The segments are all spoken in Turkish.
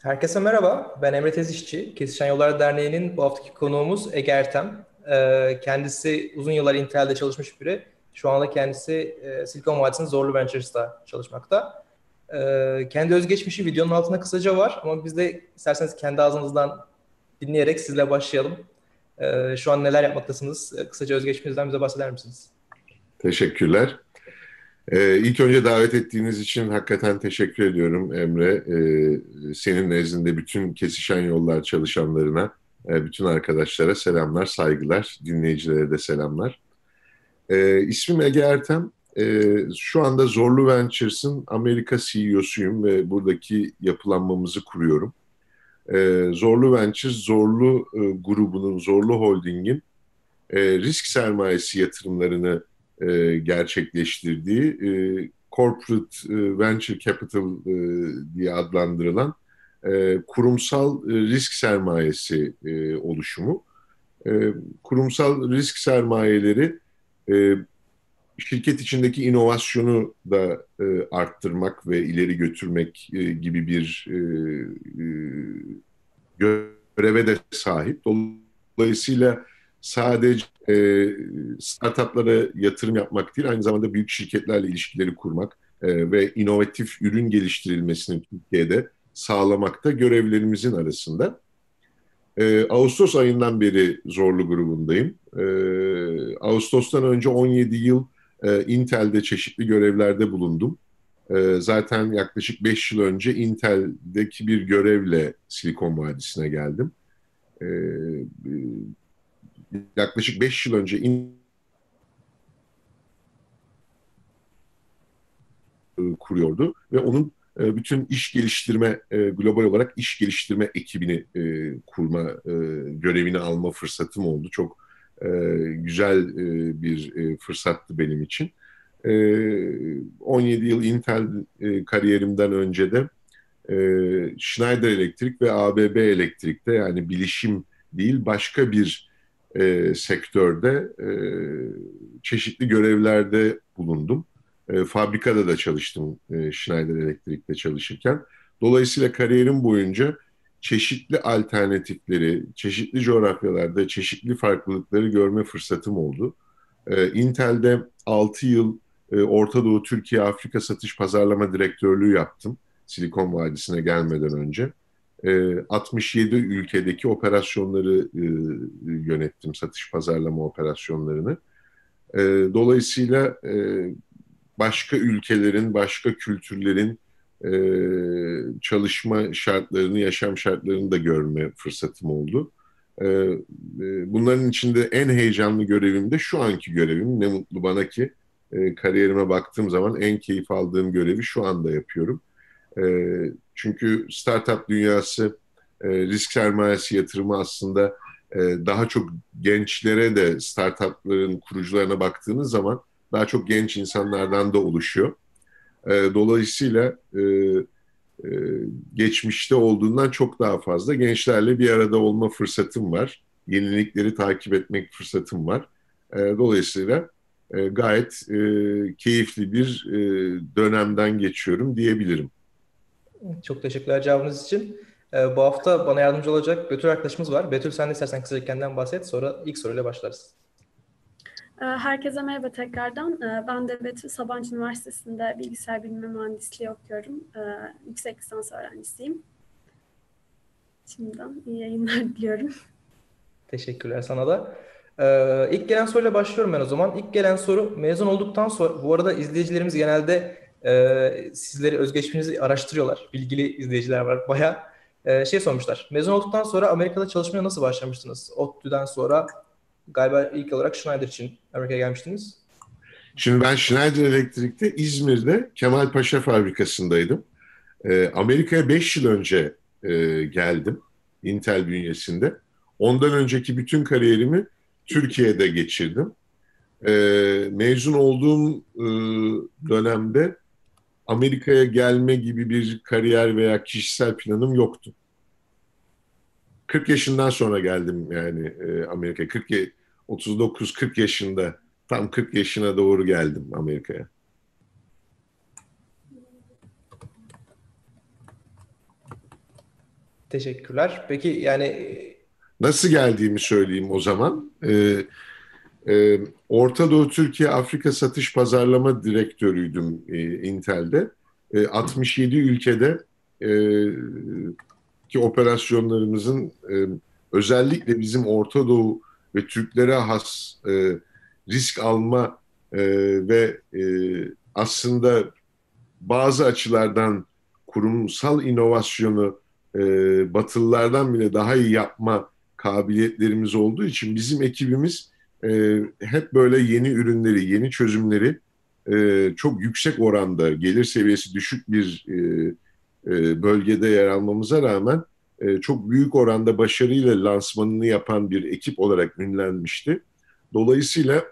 Herkese merhaba, ben Emre Tezişçi. Kesişen Yollar Derneği'nin bu haftaki konuğumuz Ege Ertem. Kendisi uzun yıllar Intel'de çalışmış biri. Şu anda kendisi Silikon Vadisi'nin Zorlu Ventures'ta çalışmakta. Kendi özgeçmişi videonun altında kısaca var ama biz de isterseniz kendi ağzınızdan dinleyerek sizle başlayalım. Şu an neler yapmaktasınız? Kısaca özgeçmişinizden bize bahseder misiniz? Teşekkürler. İlk önce davet ettiğiniz için hakikaten teşekkür ediyorum Emre. Senin nezdinde bütün Kesişen Yollar çalışanlarına, bütün arkadaşlara selamlar, saygılar, dinleyicilere de selamlar. İsmim Ege Ertem. Şu anda Zorlu Ventures'ın Amerika CEO'suyum ve buradaki yapılanmamızı kuruyorum. Zorlu Ventures, Zorlu grubunun, Zorlu Holding'in risk sermayesi yatırımlarını gerçekleştirdiği corporate venture capital diye adlandırılan kurumsal risk sermayesi oluşumu. Kurumsal risk sermayeleri e, şirket içindeki inovasyonu da arttırmak ve ileri götürmek gibi bir göreve de sahip. Dolayısıyla sadece startuplara yatırım yapmak değil, aynı zamanda büyük şirketlerle ilişkileri kurmak ve inovatif ürün geliştirilmesini Türkiye'de sağlamak da görevlerimizin arasında. Ağustos ayından beri Zorlu grubundayım. Ağustos'tan önce 17 yıl Intel'de çeşitli görevlerde bulundum. Zaten yaklaşık 5 yıl önce Intel'deki bir görevle Silikon Vadisi'ne geldim. Ee, Yaklaşık 5 yıl önce kuruyordu ve onun bütün iş geliştirme, global olarak iş geliştirme ekibini kurma görevini alma fırsatım oldu. Çok güzel bir fırsattı benim için. 17 yıl Intel kariyerimden önce de Schneider Electric ve ABB Elektrik'te, yani bilişim değil başka bir sektörde çeşitli görevlerde bulundum. Fabrikada da çalıştım Schneider Electric'te çalışırken. Dolayısıyla kariyerim boyunca çeşitli alternatifleri, çeşitli coğrafyalarda çeşitli farklılıkları görme fırsatım oldu. Intel'de 6 yıl Orta Doğu, Türkiye, Afrika Satış Pazarlama Direktörlüğü yaptım. Silikon Vadisi'ne gelmeden önce. 67 ülkedeki operasyonları yönettim, satış pazarlama operasyonlarını. Dolayısıyla başka ülkelerin, başka kültürlerin çalışma şartlarını, yaşam şartlarını da görme fırsatım oldu. Bunların içinde en heyecanlı görevim de şu anki görevim. Ne mutlu bana ki kariyerime baktığım zaman en keyif aldığım görevi şu anda yapıyorum. Çünkü startup dünyası, risk sermayesi yatırımı aslında daha çok gençlere de startupların kurucularına baktığınız zaman daha çok genç insanlardan da oluşuyor. Dolayısıyla e, geçmişte olduğundan çok daha fazla gençlerle bir arada olma fırsatım var. Yenilikleri takip etmek fırsatım var. Dolayısıyla gayet keyifli bir dönemden geçiyorum diyebilirim. Çok teşekkürler cevabınız için. Bu hafta bana yardımcı olacak Betül arkadaşımız var. Betül, sen de istersen kısaca kendinden bahset. Sonra ilk soruyla başlarız. Herkese merhaba tekrardan. Ben de Betül, Sabancı Üniversitesi'nde bilgisayar bilimi mühendisliği okuyorum. Yüksek lisans öğrencisiyim. Şimdiden iyi yayınlar diliyorum. Teşekkürler sana da. İlk gelen soruyla başlıyorum ben o zaman. İlk gelen soru, mezun olduktan sonra, bu arada izleyicilerimiz genelde sizleri, özgeçmişinizi araştırıyorlar. Bilgili izleyiciler var bayağı. Şey sormuşlar, mezun olduktan sonra Amerika'da çalışmaya nasıl başlamıştınız? ODTÜ'den sonra galiba ilk olarak Schneider için Amerika'ya gelmiştiniz. Şimdi ben Schneider Electric'te İzmir'de Kemalpaşa fabrikasındaydım. Amerika'ya 5 yıl önce geldim Intel bünyesinde. Ondan önceki bütün kariyerimi Türkiye'de geçirdim. Mezun olduğum dönemde Amerika'ya gelme gibi bir kariyer veya kişisel planım yoktu. 40 yaşından sonra geldim yani Amerika'ya. 39-40 yaşında, tam 40 yaşına doğru geldim Amerika'ya. Teşekkürler. Peki yani Nasıl geldiğimi söyleyeyim o zaman. Orta Doğu Türkiye Afrika Satış Pazarlama Direktörüydüm Intel'de. 67 ülkede e, ki operasyonlarımızın özellikle bizim Orta Doğu ve Türklere has risk alma ve aslında bazı açılardan kurumsal inovasyonu Batılılardan bile daha iyi yapma kabiliyetlerimiz olduğu için bizim ekibimiz hep böyle yeni ürünleri, yeni çözümleri çok yüksek oranda gelir seviyesi düşük bir bölgede yer almamıza rağmen çok büyük oranda başarıyla lansmanını yapan bir ekip olarak ünlenmişti. Dolayısıyla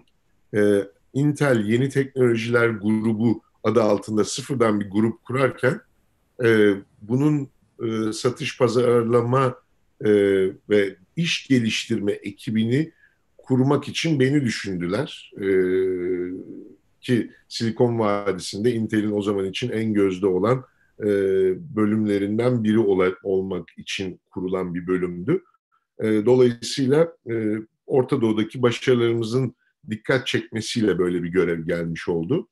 Intel Yeni Teknolojiler Grubu adı altında sıfırdan bir grup kurarken bunun satış pazarlama ve iş geliştirme ekibini kurmak için beni düşündüler. Ki Silikon Vadisi'nde Intel'in o zaman için en gözde olan bölümlerinden biri olmak için kurulan bir bölümdü. Dolayısıyla Orta Doğu'daki başarılarımızın dikkat çekmesiyle böyle bir görev gelmiş oldu.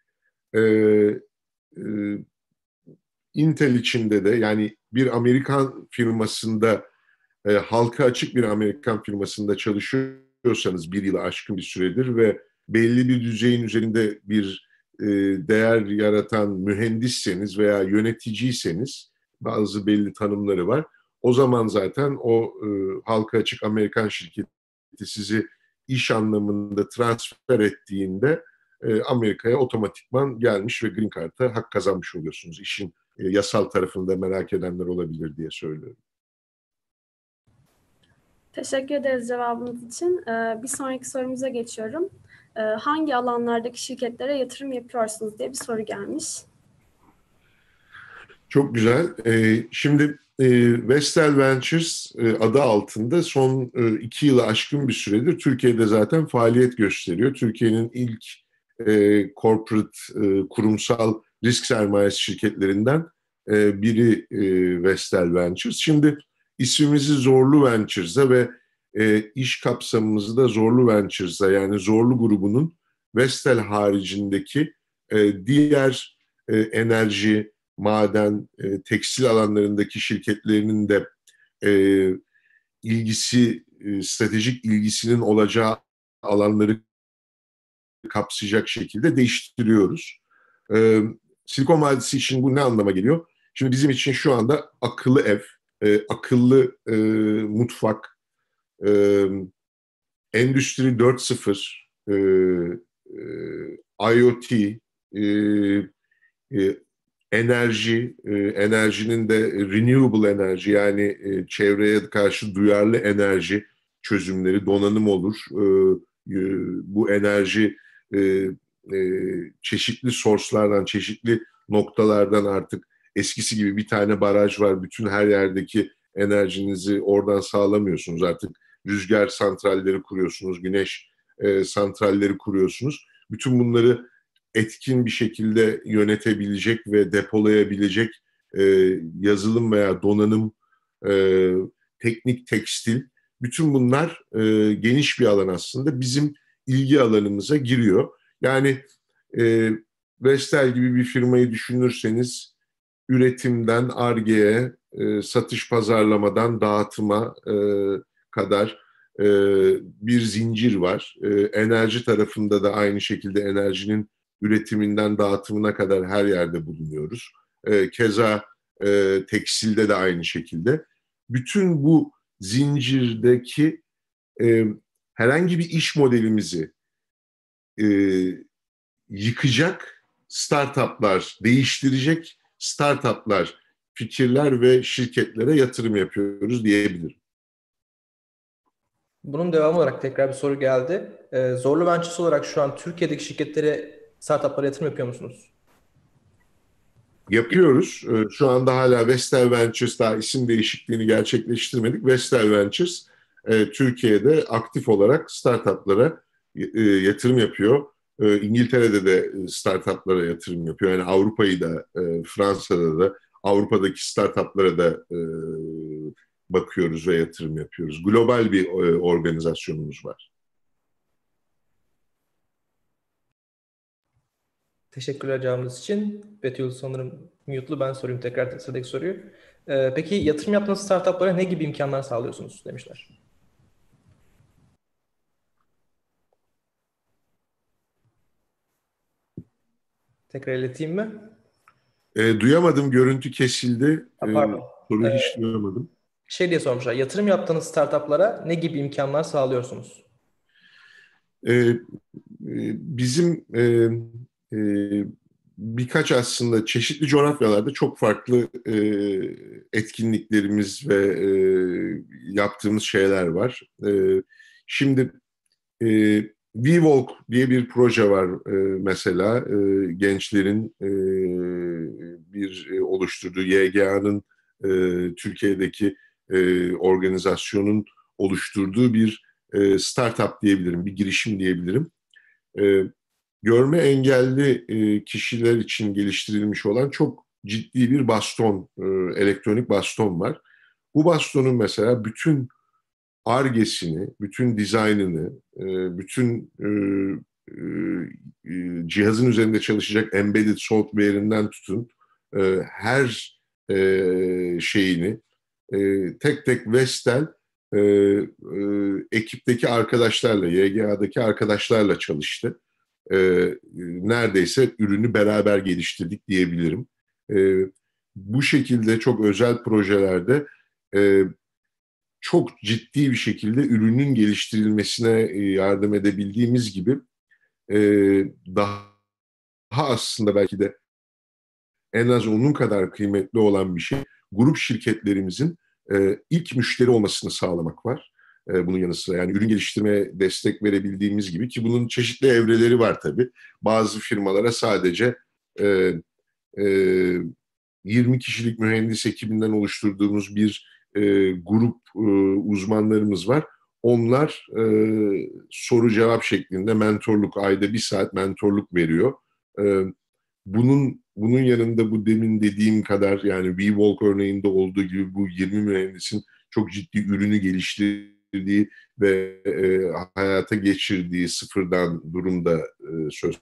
Intel içinde de yani bir Amerikan firmasında halka açık bir Amerikan firmasında çalışıyorsanız bir yılı aşkın bir süredir ve belli bir düzeyin üzerinde bir değer yaratan mühendisseniz veya yöneticiyseniz bazı belli tanımları var. O zaman zaten o halka açık Amerikan şirketi sizi iş anlamında transfer ettiğinde Amerika'ya otomatikman gelmiş ve Green Card'a hak kazanmış oluyorsunuz. İşin yasal tarafında merak edenler olabilir diye söylüyorum. Teşekkür ederiz cevabınız için. Bir sonraki sorumuza geçiyorum. Hangi alanlardaki şirketlere yatırım yapıyorsunuz diye bir soru gelmiş. Çok güzel. Şimdi Vestel Ventures adı altında son 2 yılı aşkın bir süredir Türkiye'de zaten faaliyet gösteriyor. Türkiye'nin ilk corporate, kurumsal risk sermayesi şirketlerinden biri Vestel Ventures. Şimdi ismimizi Zorlu Ventures'a ve iş kapsamımızı da Zorlu Ventures'a yani Zorlu grubunun Vestel haricindeki diğer enerji, maden, tekstil alanlarındaki şirketlerinin de stratejik ilgisinin olacağı alanları kapsayacak şekilde değiştiriyoruz. Silikon Vadisi için bu ne anlama geliyor? Şimdi bizim için şu anda akıllı ev, akıllı mutfak, Endüstri 4.0, IoT, enerji, enerjinin de renewable enerji yani çevreye karşı duyarlı enerji çözümleri, donanım olur. Bu enerji çeşitli source'lardan, çeşitli noktalardan artık eskisi gibi bir tane baraj var. Bütün her yerdeki enerjinizi oradan sağlamıyorsunuz. Artık rüzgar santralleri kuruyorsunuz, güneş santralleri kuruyorsunuz. Bütün bunları etkin bir şekilde yönetebilecek ve depolayabilecek yazılım veya donanım, teknik, tekstil, bütün bunlar geniş bir alan aslında. Bizim ilgi alanımıza giriyor. Yani Vestel gibi bir firmayı düşünürseniz üretimden Ar-Ge'ye, satış pazarlamadan dağıtıma kadar bir zincir var. Enerji tarafında da aynı şekilde enerjinin üretiminden dağıtımına kadar her yerde bulunuyoruz. Keza tekstilde de aynı şekilde. Bütün bu zincirdeki herhangi bir iş modelimizi yıkacak startuplar, değiştirecek startuplar, fikirler ve şirketlere yatırım yapıyoruz diyebilirim. Bunun devamı olarak tekrar bir soru geldi. Zorlu Ventures olarak şu an Türkiye'deki şirketlere, startuplara yatırım yapıyor musunuz? Yapıyoruz. Şu anda hala Vestel Ventures, daha isim değişikliğini gerçekleştirmedik. Vestel Ventures Türkiye'de aktif olarak startuplara yatırım yapıyor. İngiltere'de de startuplara yatırım yapıyor. Yani Avrupa'yı da, Fransa'da da, Avrupa'daki startuplara da bakıyoruz ve yatırım yapıyoruz. Global bir organizasyonumuz var. Teşekkürler cevabınız için. Betül sanırım mute'lu. Ben sorayım tekrar sıradaki soruyu. Peki yatırım yaptığınız startuplara ne gibi imkanlar sağlıyorsunuz demişler. Tekrar ileteyim mi? Duyamadım, görüntü kesildi. Pardon. Soruyu hiç duyamadım. Şey diye sormuşlar. Yatırım yaptığınız startuplara ne gibi imkanlar sağlıyorsunuz? Bizim birkaç aslında çeşitli coğrafyalarda çok farklı etkinliklerimiz ve yaptığımız şeyler var. Şimdi WeWalk diye bir proje var mesela. Gençlerin bir oluşturduğu YGA'nın Türkiye'deki organizasyonun oluşturduğu bir startup diyebilirim, bir girişim diyebilirim. Görme engelli kişiler için geliştirilmiş olan çok ciddi bir baston, elektronik baston var. Bu bastonun mesela bütün Ar-Ge'sini, bütün dizaynını, bütün cihazın üzerinde çalışacak embedded software'inden tutun her şeyini tek tek Vestel ekipteki arkadaşlarla, YGA'daki arkadaşlarla çalıştı. Neredeyse ürünü beraber geliştirdik diyebilirim. Bu şekilde çok özel projelerde çok ciddi bir şekilde ürünün geliştirilmesine yardım edebildiğimiz gibi daha aslında belki de en az onun kadar kıymetli olan bir şey grup şirketlerimizin ilk müşteri olmasını sağlamak var. Bunun yanı sıra yani ürün geliştirmeye destek verebildiğimiz gibi ki bunun çeşitli evreleri var tabii. Bazı firmalara sadece 20 kişilik mühendis ekibinden oluşturduğumuz bir grup uzmanlarımız var. Onlar soru cevap şeklinde mentorluk, ayda 1 saat mentorluk veriyor. Bunun yanında bu demin dediğim kadar yani WeWalk örneğinde olduğu gibi bu 20 mühendisin çok ciddi ürünü geliştirdiği ve hayata geçirdiği sıfırdan durumda söz.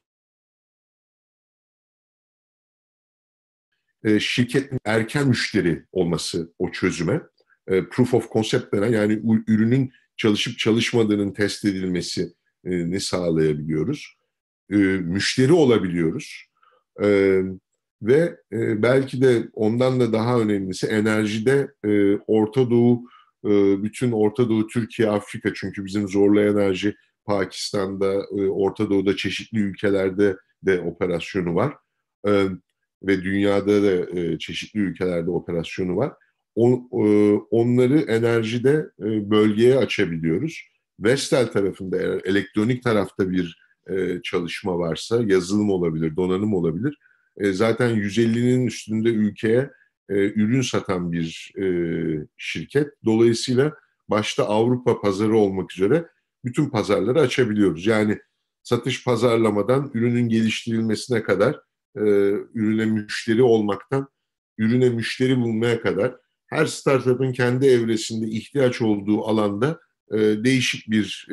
Şirketin erken müşteri olması o çözüme, proof of concept denen yani ürünün çalışıp çalışmadığının test edilmesini sağlayabiliyoruz. Müşteri olabiliyoruz. Ve belki de ondan da daha önemlisi enerjide Orta Doğu, bütün Orta Doğu, Türkiye, Afrika çünkü bizim Zorlu Enerji Pakistan'da, Orta Doğu'da çeşitli ülkelerde de operasyonu var. Ve dünyada da çeşitli ülkelerde operasyonu var. Onları enerjide bölgeye açabiliyoruz. Vestel tarafında eğer elektronik tarafta bir çalışma varsa yazılım olabilir, donanım olabilir. Zaten 150'nin üstünde ülkeye ürün satan bir şirket. Dolayısıyla başta Avrupa pazarı olmak üzere bütün pazarları açabiliyoruz. Yani satış pazarlamadan ürünün geliştirilmesine kadar ürüne müşteri olmaktan ürüne müşteri bulmaya kadar her startup'ın kendi evresinde ihtiyaç olduğu alanda değişik bir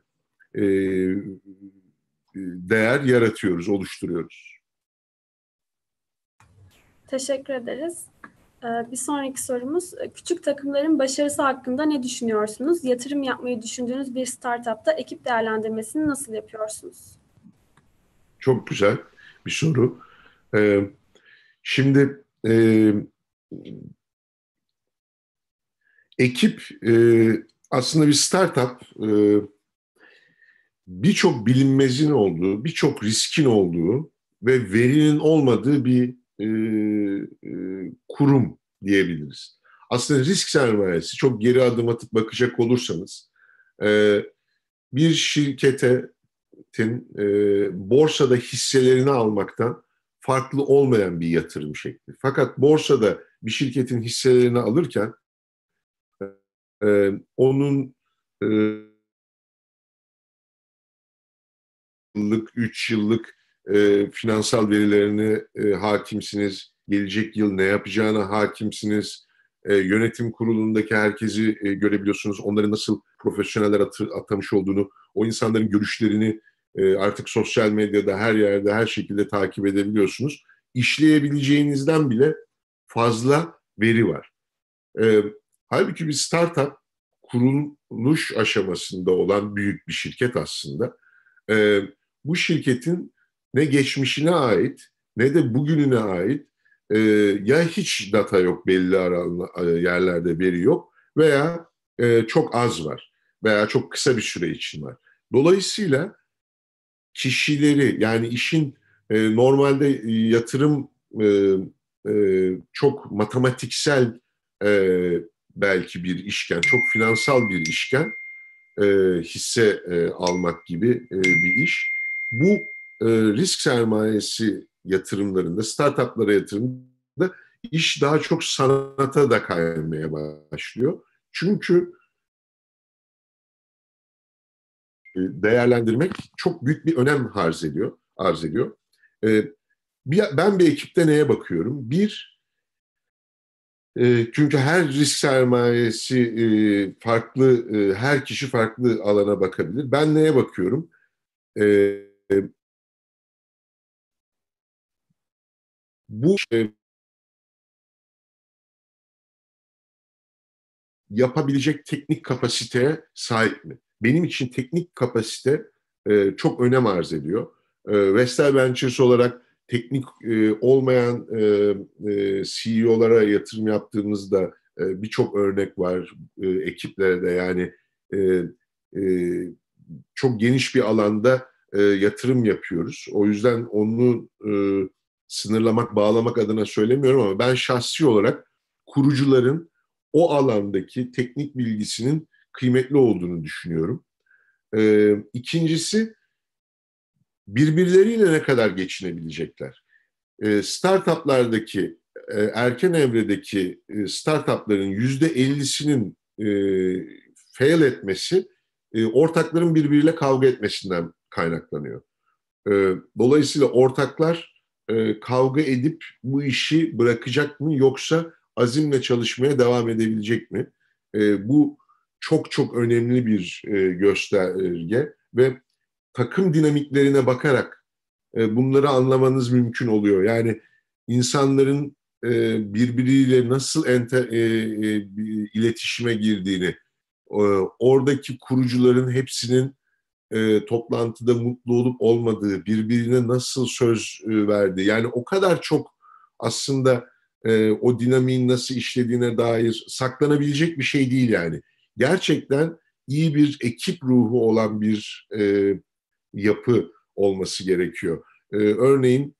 değer yaratıyoruz, oluşturuyoruz. Teşekkür ederiz. Bir sonraki sorumuz, küçük takımların başarısı hakkında ne düşünüyorsunuz? Yatırım yapmayı düşündüğünüz bir startupta ekip değerlendirmesini nasıl yapıyorsunuz? Çok güzel bir soru. Şimdi ekip aslında bir startup birçok bilinmezin olduğu, birçok riskin olduğu ve verinin olmadığı bir kurum diyebiliriz. Aslında risk sermayesi çok geri adım atıp bakacak olursanız bir şirketin borsada hisselerini almaktan farklı olmayan bir yatırım şekli. Fakat borsada bir şirketin hisselerini alırken onun yıllık, 3 yıllık finansal verilerini hakimsiniz. gelecek yıl ne yapacağına hakimsiniz. Yönetim kurulundaki herkesi görebiliyorsunuz. Onların nasıl profesyoneller atamış olduğunu, o insanların görüşlerini artık sosyal medyada her yerde her şekilde takip edebiliyorsunuz. İşleyebileceğinizden bile fazla veri var. Halbuki bir startup kuruluş aşamasında olan büyük bir şirket aslında. Bu şirketin ne geçmişine ait ne de bugününe ait ya hiç data yok, belli yerlerde veri yok veya çok az var veya çok kısa bir süre için var. Dolayısıyla kişileri, yani işin normalde yatırım çok matematiksel belki bir işken, çok finansal bir işken, hisse almak gibi bir iş. Bu risk sermayesi yatırımlarında, startuplara yatırımda iş daha çok sanata da kaymaya başlıyor. Çünkü değerlendirmek çok büyük bir önem arz ediyor. Ben bir ekipte neye bakıyorum? Çünkü her risk sermayesi farklı, her kişi farklı alana bakabilir. Ben neye bakıyorum? Bu yapabilecek teknik kapasiteye sahip mi? Benim için teknik kapasite çok önem arz ediyor. Vestel Ventures olarak teknik olmayan CEO'lara yatırım yaptığımızda birçok örnek var ekiplere de, yani e, çok geniş bir alanda yatırım yapıyoruz. O yüzden onu sınırlamak, bağlamak adına söylemiyorum ama ben şahsi olarak kurucuların o alandaki teknik bilgisinin kıymetli olduğunu düşünüyorum. İkincisi, birbirleriyle ne kadar geçinebilecekler. Startuplardaki, erken evredeki startupların %50'sinin fail etmesi, ortakların birbiriyle kavga etmesinden kaynaklanıyor. Dolayısıyla ortaklar kavga edip bu işi bırakacak mı, yoksa azimle çalışmaya devam edebilecek mi? Bu çok çok önemli bir gösterge ve takım dinamiklerine bakarak bunları anlamanız mümkün oluyor. Yani insanların birbiriyle nasıl iletişime girdiğini, oradaki kurucuların hepsinin toplantıda mutlu olup olmadığı, birbirine nasıl söz verdiği, yani o kadar çok aslında o dinamiğin nasıl işlediğine dair saklanabilecek bir şey değil yani. Gerçekten iyi bir ekip ruhu olan bir yapı olması gerekiyor. Örneğin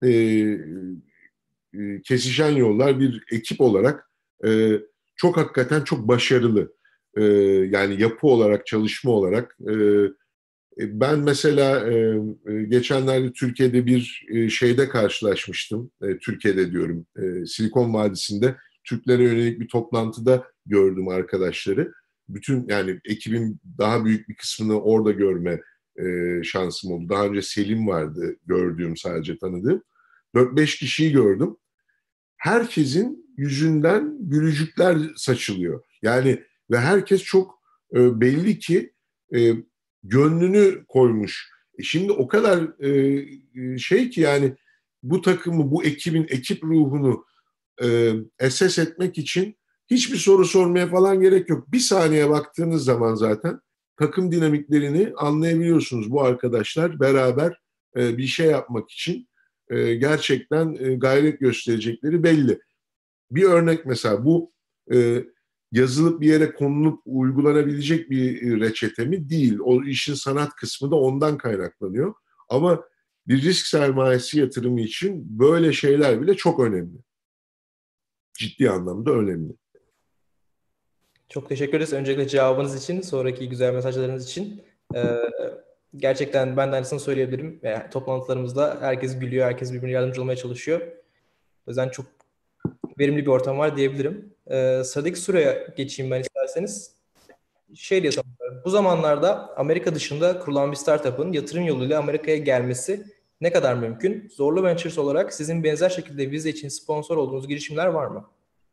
Kesişen Yollar bir ekip olarak çok hakikaten çok başarılı. Yani yapı olarak, çalışma olarak. Ben mesela geçenlerde Türkiye'de bir şeyde karşılaşmıştım. Türkiye'de diyorum, Silikon Vadisi'nde Türklere yönelik bir toplantıda gördüm arkadaşları. Bütün, yani ekibin daha büyük bir kısmını orada görme şansım oldu. Daha önce Selim vardı gördüğüm, sadece tanıdığım. 4-5 kişiyi gördüm. Herkesin yüzünden gülücükler saçılıyor. Yani ve herkes çok belli ki gönlünü koymuş. Şimdi o kadar şey ki, yani bu takımı, bu ekibin ekip ruhunu esas etmek için hiçbir soru sormaya falan gerek yok. Bir saniye baktığınız zaman zaten takım dinamiklerini anlayabiliyorsunuz. Bu arkadaşlar beraber bir şey yapmak için gerçekten gayret gösterecekleri belli. Bir örnek mesela, bu yazılıp bir yere konulup uygulanabilecek bir reçete mi? Değil. O işin sanat kısmı da ondan kaynaklanıyor. Ama bir risk sermayesi yatırımı için böyle şeyler bile çok önemli. Ciddi anlamda önemli. Çok teşekkür ederiz öncelikle cevabınız için, sonraki güzel mesajlarınız için. Gerçekten ben de aynısını söyleyebilirim. Yani toplantılarımızda herkes gülüyor, herkes birbirine yardımcı olmaya çalışıyor. O yüzden çok verimli bir ortam var diyebilirim. Sıradaki soruya geçeyim ben isterseniz. Şey diye, bu zamanlarda Amerika dışında kurulan bir startup'ın yatırım yoluyla Amerika'ya gelmesi Ne kadar mümkün? Zorlu Ventures olarak sizin benzer şekilde vize için sponsor olduğunuz girişimler var mı?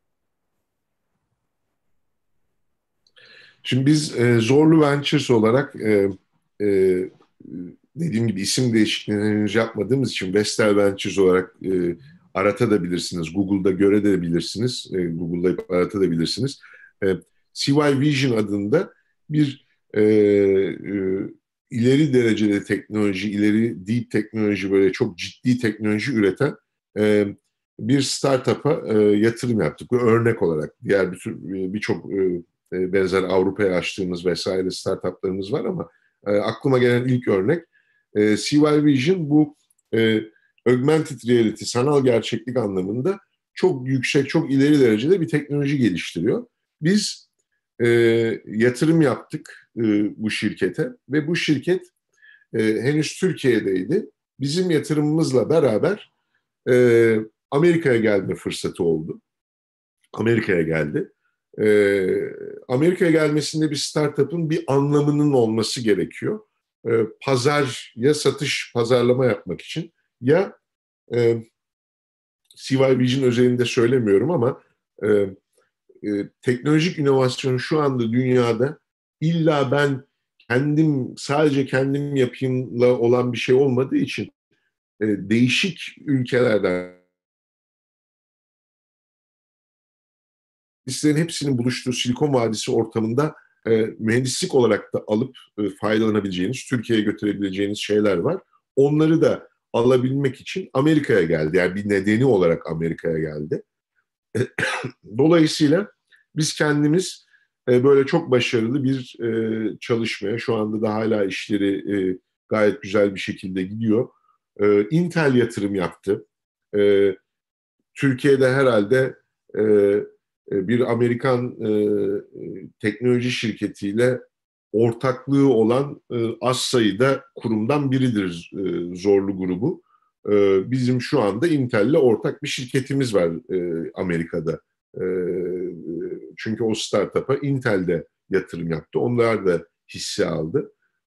Şimdi biz Zorlu Ventures olarak e, dediğim gibi isim değişikliğini henüz yapmadığımız için Vestel Ventures olarak aratabilirsiniz. Google'da görebilirsiniz. Google'da aratabilirsiniz. CY Vision adında bir ileri derecede teknoloji, ileri deep teknoloji, böyle çok ciddi teknoloji üreten bir startup'a yatırım yaptık. Bu örnek olarak diğer birçok benzer Avrupa'ya açtığımız vesaire startuplarımız var ama aklıma gelen ilk örnek CY Vision bu augmented reality, sanal gerçeklik anlamında çok yüksek, çok ileri derecede bir teknoloji geliştiriyor. Biz e, yatırım yaptık bu şirkete ve bu şirket henüz Türkiye'deydi. Bizim yatırımımızla beraber Amerika'ya gelme fırsatı oldu. Amerika'ya geldi. Amerika'ya gelmesinde bir startup'ın bir anlamının olması gerekiyor. Pazar ya satış, pazarlama yapmak için ya CY Vision özelinde söylemiyorum ama teknolojik inovasyon şu anda dünyada illa ben sadece kendim yapayımla olan bir şey olmadığı için değişik ülkelerden mühendislerin hepsinin buluştuğu Silikon Vadisi ortamında mühendislik olarak da alıp faydalanabileceğiniz, Türkiye'ye götürebileceğiniz şeyler var. Onları da alabilmek için Amerika'ya geldi. Yani bir nedeni olarak Amerika'ya geldi. Dolayısıyla biz kendimiz böyle çok başarılı bir çalışmaya, şu anda da hala işleri gayet güzel bir şekilde gidiyor. Intel yatırım yaptı. Türkiye'de herhalde bir Amerikan teknoloji şirketiyle ortaklığı olan az sayıda kurumdan biridir Zorlu grubu. Bizim şu anda Intel'le ortak bir şirketimiz var Amerika'da. Çünkü o startup'a Intel'de yatırım yaptı. Onlar da hisse aldı.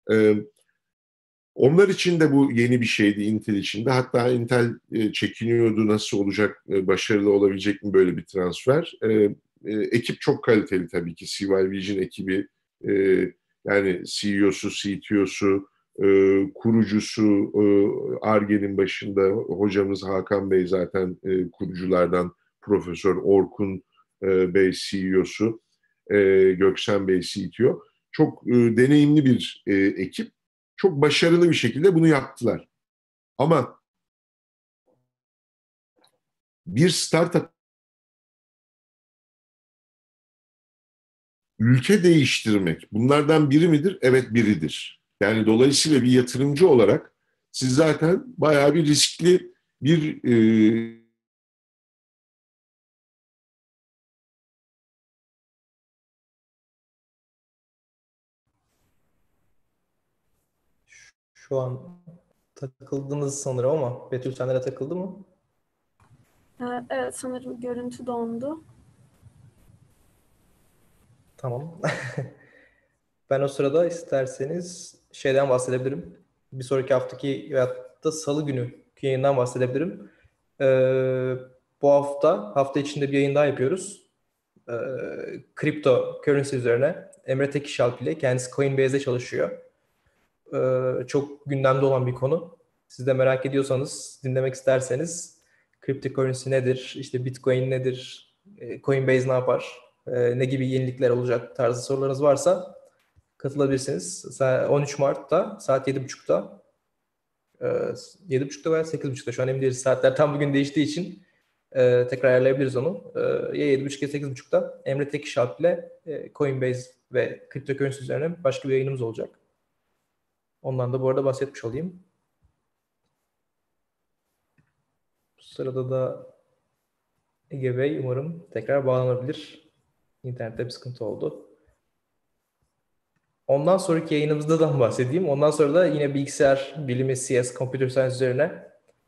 Onlar için de bu yeni bir şeydi Intel için de. Hatta Intel çekiniyordu, nasıl olacak, başarılı olabilecek mi böyle bir transfer. Ekip çok kaliteli tabii ki. CY Vision ekibi, yani CEO'su, CTO'su, kurucusu, Ar-Ge'nin başında hocamız Hakan Bey zaten kuruculardan, Profesör Orkun Bey CEO'su, Göksen Bey CTO. Çok deneyimli bir ekip. Çok başarılı bir şekilde bunu yaptılar. Ama bir startup ülke değiştirmek bunlardan biri midir? Evet, biridir. Yani dolayısıyla bir yatırımcı olarak siz zaten bayağı bir riskli bir Şu an takıldınız sanırım ama Betül sende de takıldı mı? Evet, sanırım görüntü dondu. Tamam. Ben o sırada isterseniz şeyden bahsedebilirim. Bir sonraki haftaki veyahut da salı günü yayından bahsedebilirim. Bu hafta içinde bir yayın daha yapıyoruz. Kripto currency üzerine. Emre Tekişalp ile, kendisi Coinbase'de çalışıyor. Çok gündemde olan bir konu. Siz de merak ediyorsanız, dinlemek isterseniz cryptocurrency nedir, işte Bitcoin nedir, Coinbase ne yapar, ne gibi yenilikler olacak tarzı sorularınız varsa katılabilirsiniz. 13 Mart'ta saat 7.30'da 7.30'da veya 8.30'da şu an emin değiliz. Saatler tam bugün değiştiği için tekrar ayarlayabiliriz onu. Ya 7.30 ya 8.30'da Emre Tekişalp ile Coinbase ve cryptocurrency üzerine başka bir yayınımız olacak. Ondan da bu arada bahsetmiş olayım. Bu sırada da Ege Bey umarım tekrar bağlanabilir. İnternette bir sıkıntı oldu. Ondan sonraki yayınımızda bahsedeyim. Ondan sonra da yine bilgisayar bilimi, CS, Computer Science üzerine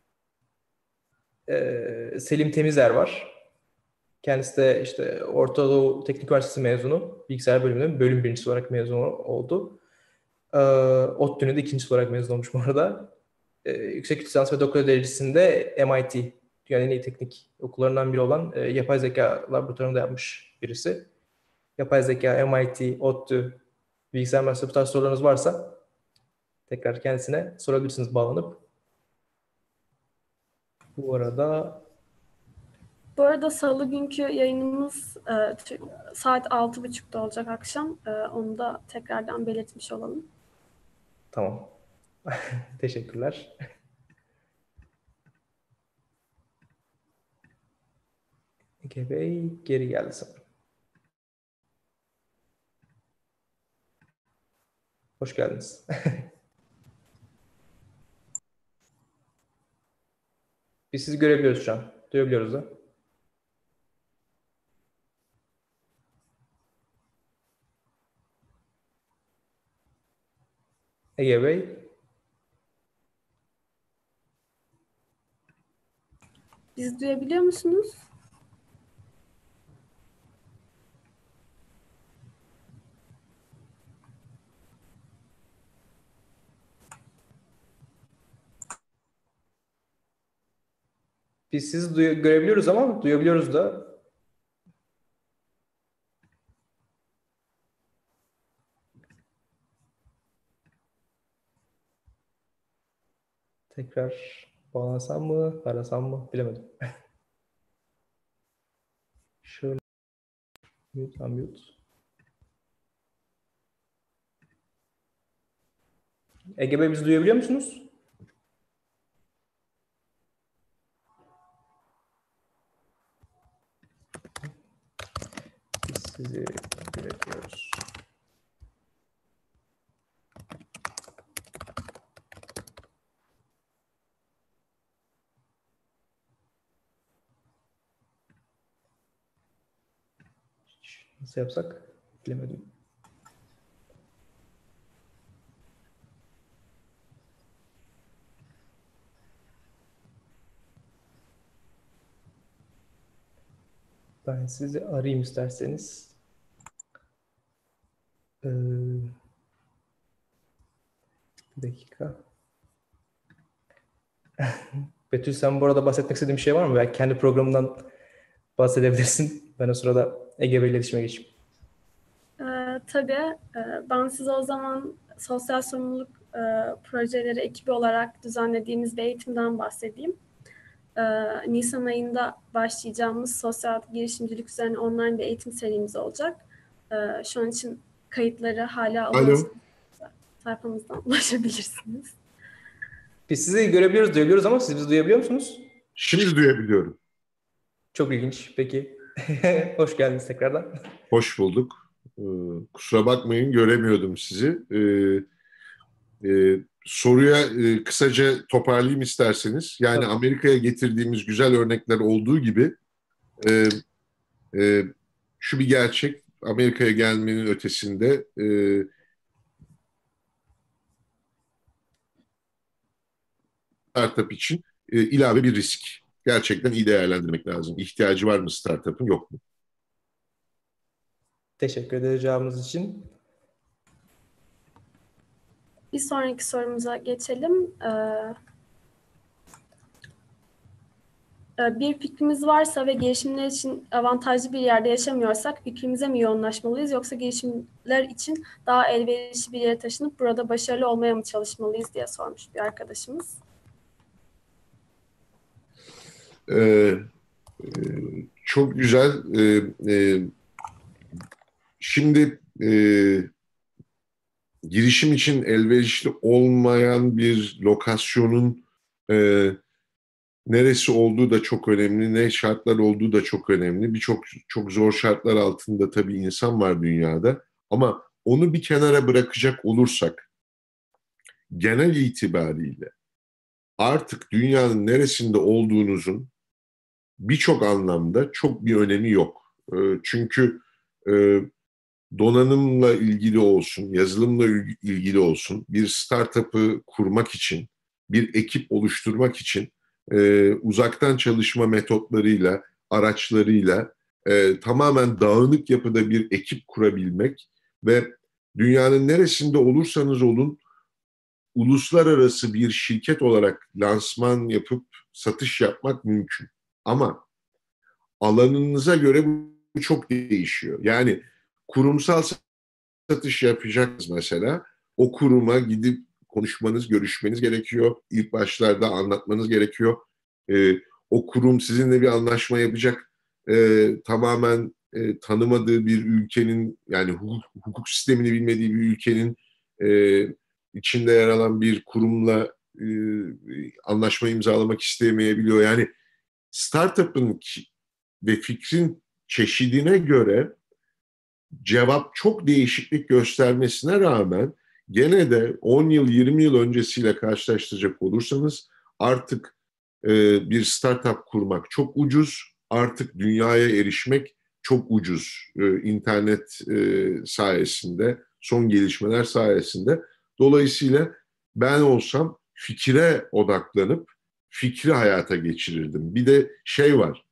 Selim Temizer var. Kendisi de işte Orta Doğu Teknik Üniversitesi mezunu. Bilgisayar bölümünün bölüm birincisi olarak mezun oldu. ODTÜ'nün de ikincisi olarak mezun olmuş bu arada. yüksek lisans ve doktora derecesinde MIT, dünyanın en iyi teknik okullarından biri olan yapay zeka laboratuvarında yapmış birisi. Yapay zeka, MIT, ODTÜ, bilgisayar mühendisliği bu tarz sorularınız varsa tekrar kendisine sorabilirsiniz bağlanıp. Bu arada Salı günkü yayınımız saat 6.30'da olacak akşam. Onu da tekrardan belirtmiş olalım. Tamam. Teşekkürler. Ege Bey geri geldi sanırım. Hoş geldiniz. Biz sizi görebiliyoruz şu an. Duyabiliyoruz da. Ege Bey. Bizi duyabiliyor musunuz? Biz sizi görebiliyoruz ama duyabiliyoruz da. Tekrar bağlansam mı, arasam mı bilemedim. Şöyle mute, unmute. Ege Bey bizi duyabiliyor musunuz? Biz sizi görebiliyoruz. Nasıl yapsak? Bilemedim. Ben sizi arayayım isterseniz. Bir dakika. Betül, sen bu arada bahsetmek istediğin bir şey var mı? Belki kendi programından bahsedebilirsin. Ben o sırada Ege Bey'le iletişime geçeyim. Tabii. Ben size o zaman sosyal sorumluluk projeleri ekibi olarak düzenlediğimiz bir eğitimden bahsedeyim. Nisan ayında başlayacağımız sosyal girişimcilik üzerine online bir eğitim serimiz olacak. Şu an için kayıtları hala alıyorsanız sayfamızdan ulaşabilirsiniz. Biz sizi görebiliyoruz, duyabiliyoruz ama siz bizi duyabiliyor musunuz? Şimdi duyabiliyorum. Çok ilginç. Peki. Hoş geldiniz tekrardan. Hoş bulduk. Kusura bakmayın, göremiyordum sizi. Soruya kısaca toparlayayım isterseniz. Yani Tabii. Amerika'ya getirdiğimiz güzel örnekler olduğu gibi şu bir gerçek, Amerika'ya gelmenin ötesinde startup için ilave bir risk. Gerçekten iyi değerlendirmek lazım. İhtiyacı var mı startup'ın, yok mu? Teşekkür ederiz cevabınız için. Bir sonraki sorumuza geçelim. Bir fikrimiz varsa ve girişimler için avantajlı bir yerde yaşamıyorsak fikrimize mi yoğunlaşmalıyız yoksa girişimler için daha elverişli bir yere taşınıp burada başarılı olmaya mı çalışmalıyız diye sormuş bir arkadaşımız. Çok güzel. Şimdi girişim için elverişli olmayan bir lokasyonun neresi olduğu da çok önemli, ne şartlar olduğu da çok önemli. Çok zor şartlar altında tabii insan var dünyada. Ama onu bir kenara bırakacak olursak, genel itibariyle artık dünyanın neresinde olduğunuzun birçok anlamda çok bir önemi yok. Çünkü donanımla ilgili olsun, yazılımla ilgili olsun, bir startup'ı kurmak için, bir ekip oluşturmak için uzaktan çalışma metotlarıyla, araçlarıyla tamamen dağınık yapıda bir ekip kurabilmek ve dünyanın neresinde olursanız olun uluslararası bir şirket olarak lansman yapıp satış yapmak mümkün. Ama alanınıza göre bu çok değişiyor. Yani kurumsal satış yapacaksınız mesela. O kuruma gidip konuşmanız, görüşmeniz gerekiyor. İlk başlarda anlatmanız gerekiyor. O kurum sizinle bir anlaşma yapacak. Tamamen tanımadığı bir ülkenin, yani hukuk sistemini bilmediği bir ülkenin içinde yer alan bir kurumla anlaşma imzalamak istemeyebiliyor. Yani startup'ın ve fikrin çeşidine göre cevap çok değişiklik göstermesine rağmen gene de 10 yıl, 20 yıl öncesiyle karşılaştıracak olursanız artık bir startup kurmak çok ucuz, artık dünyaya erişmek çok ucuz internet sayesinde, son gelişmeler sayesinde. Dolayısıyla ben olsam fikre odaklanıp fikri hayata geçirirdim. Bir de şey var,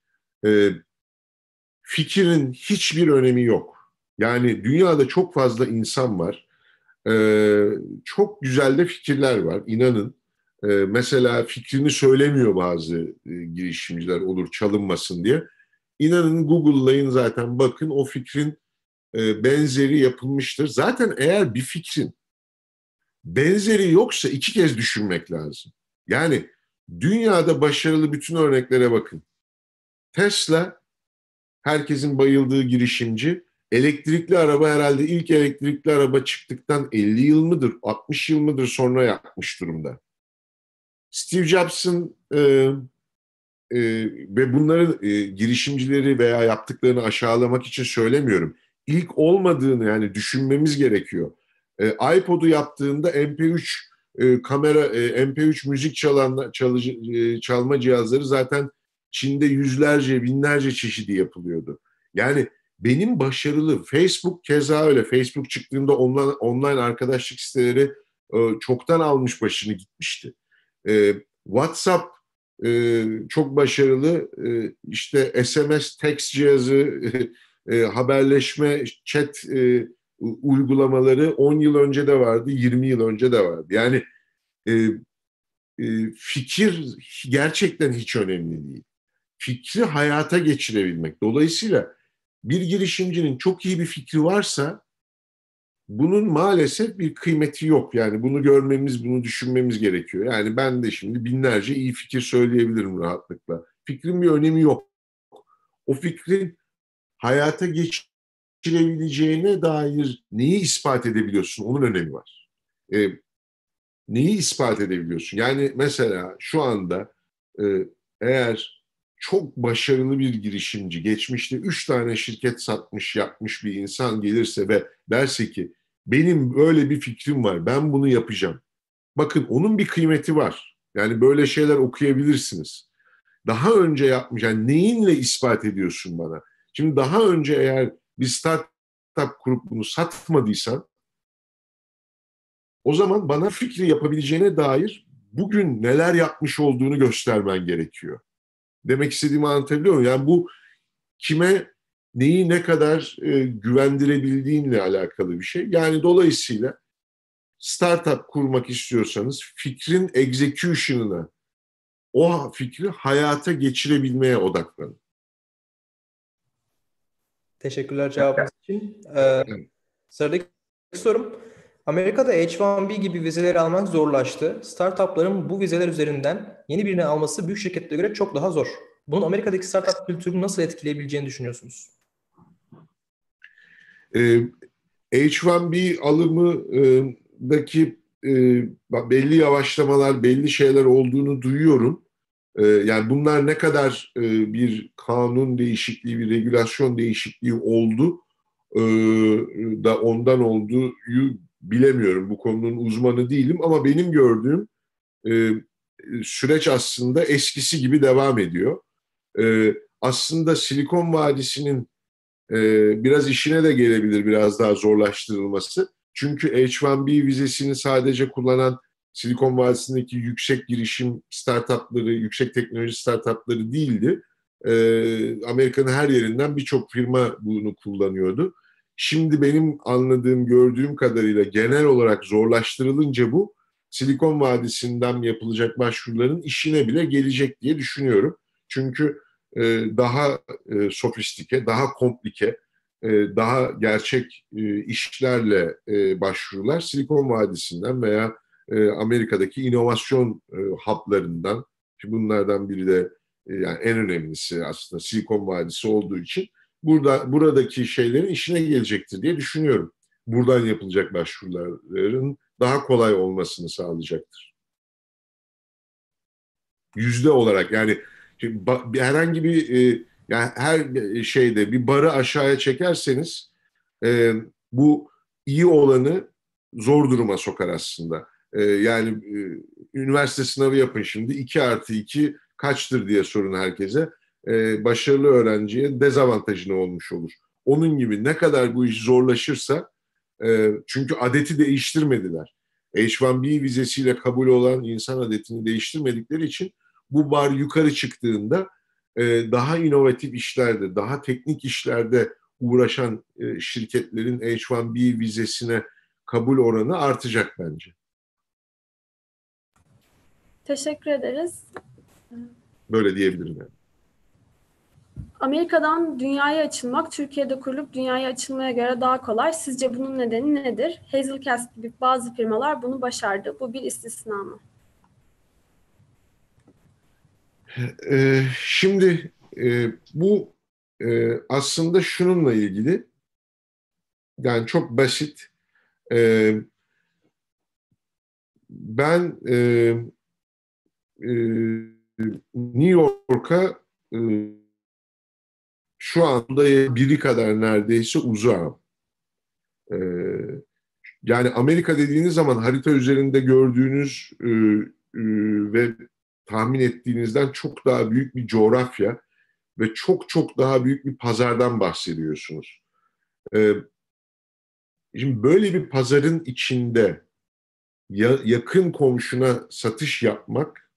fikrin hiçbir önemi yok. Yani dünyada çok fazla insan var. Çok güzel de fikirler var, inanın. Mesela fikrini söylemiyor bazı girişimciler, olur çalınmasın diye. İnanın, Google'layın zaten, bakın o fikrin benzeri yapılmıştır. Zaten eğer bir fikrin benzeri yoksa 2 kez düşünmek lazım. Yani dünyada başarılı bütün örneklere bakın. Tesla, herkesin bayıldığı girişimci. Elektrikli araba, herhalde ilk elektrikli araba çıktıktan 50 yıl mıdır, 60 yıl mıdır sonra yapmış durumda. Steve Jobs'ın ve bunların girişimcileri veya yaptıklarını aşağılamak için söylemiyorum. İlk olmadığını yani düşünmemiz gerekiyor. iPod'u yaptığında MP3 kamera, MP3 müzik çalma cihazları zaten Çin'de yüzlerce, binlerce çeşidi yapılıyordu. Yani benim başarılı, Facebook keza öyle. Facebook çıktığında online arkadaşlık siteleri çoktan almış başını gitmişti. WhatsApp çok başarılı. İşte SMS, text cihazı, haberleşme, chat uygulamaları 10 yıl önce de vardı, 20 yıl önce de vardı. Yani fikir gerçekten hiç önemli değil. Fikri hayata geçirebilmek. Dolayısıyla bir girişimcinin çok iyi bir fikri varsa bunun maalesef bir kıymeti yok. Yani bunu görmemiz, bunu düşünmemiz gerekiyor. Yani ben de şimdi binlerce iyi fikir söyleyebilirim rahatlıkla. Fikrin bir önemi yok. O fikrin hayata geçirebileceğine dair neyi ispat edebiliyorsun? Onun önemi var. Neyi ispat edebiliyorsun? Yani mesela şu anda eğer çok başarılı bir girişimci, geçmişte 3 tane şirket satmış, yapmış bir insan gelirse ve derse ki benim böyle bir fikrim var, ben bunu yapacağım. Bakın, onun bir kıymeti var. Yani böyle şeyler okuyabilirsiniz. Daha önce yapmış, yani neyinle ispat ediyorsun bana? Şimdi daha önce eğer bir startup kurup bunu satmadıysan, o zaman bana fikri yapabileceğine dair bugün neler yapmış olduğunu göstermen gerekiyor. Demek istediğimi anlatabiliyor muyum? Yani bu kime neyi ne kadar güvendirebildiğinle alakalı bir şey. Yani dolayısıyla startup kurmak istiyorsanız fikrin execution'ına, o fikri hayata geçirebilmeye odaklanın. Teşekkürler cevabınız için. Sıradaki sorum. Amerika'da H-1B gibi vizeleri almak zorlaştı. Startupların bu vizeler üzerinden yeni birini alması büyük şirketlere göre çok daha zor. Bunun Amerika'daki startup kültürünü nasıl etkileyebileceğini düşünüyorsunuz? H-1B alımındaki belli yavaşlamalar, belli şeyler olduğunu duyuyorum. Yani bunlar ne kadar bir kanun değişikliği, bir regülasyon değişikliği oldu da ondan olduğu bilemiyorum. Bu konunun uzmanı değilim ama benim gördüğüm süreç aslında eskisi gibi devam ediyor. Aslında Silikon Vadisi'nin biraz işine de gelebilir biraz daha zorlaştırılması. Çünkü H-1B vizesini sadece kullanan Silikon Vadisi'ndeki yüksek girişim startupları, yüksek teknoloji startupları değildi. Amerika'nın her yerinden birçok firma bunu kullanıyordu. Şimdi benim anladığım, gördüğüm kadarıyla genel olarak zorlaştırılınca bu Silikon Vadisi'nden yapılacak başvuruların işine bile gelecek diye düşünüyorum. Çünkü daha sofistike, daha komplike, daha gerçek işlerle başvurular Silikon Vadisi'nden veya Amerika'daki inovasyon hub'larından, ki bunlardan biri de yani en önemlisi aslında Silikon Vadisi olduğu için buradaki şeylerin işine gelecektir diye düşünüyorum. Buradan yapılacak başvuruların daha kolay olmasını sağlayacaktır. Yüzde olarak yani herhangi bir yani her şeyde bir barı aşağıya çekerseniz bu iyi olanı zor duruma sokar aslında. Yani üniversite sınavı yapın şimdi 2+2 kaçtır diye sorun herkese. Başarılı öğrenciye dezavantajını olmuş olur. Onun gibi ne kadar bu iş zorlaşırsa çünkü adeti değiştirmediler. H-1B vizesiyle kabul olan insan adetini değiştirmedikleri için bu bar yukarı çıktığında daha inovatif işlerde, daha teknik işlerde uğraşan şirketlerin H-1B vizesine kabul oranı artacak bence. Teşekkür ederiz. Böyle diyebilirim yani. Amerika'dan dünyaya açılmak, Türkiye'de kurulup dünyaya açılmaya göre daha kolay. Sizce bunun nedeni nedir? Hazelcast gibi bazı firmalar bunu başardı. Bu bir istisna mı? Şimdi bu aslında şununla ilgili, yani çok basit. Ben New York'a şu anda biri kadar neredeyse uzağım. Yani Amerika dediğiniz zaman harita üzerinde gördüğünüz ve tahmin ettiğinizden çok daha büyük bir coğrafya ve çok çok daha büyük bir pazardan bahsediyorsunuz. Şimdi böyle bir pazarın içinde yakın komşuna satış yapmak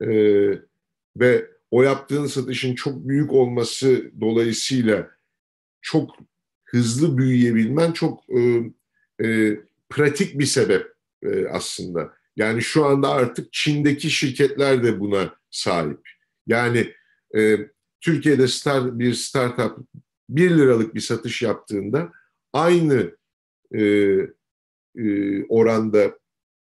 ve o yaptığın satışın çok büyük olması dolayısıyla çok hızlı büyüyebilmen çok pratik bir sebep aslında. Yani şu anda artık Çin'deki şirketler de buna sahip. Yani Türkiye'de bir startup 1 liralık bir satış yaptığında aynı oranda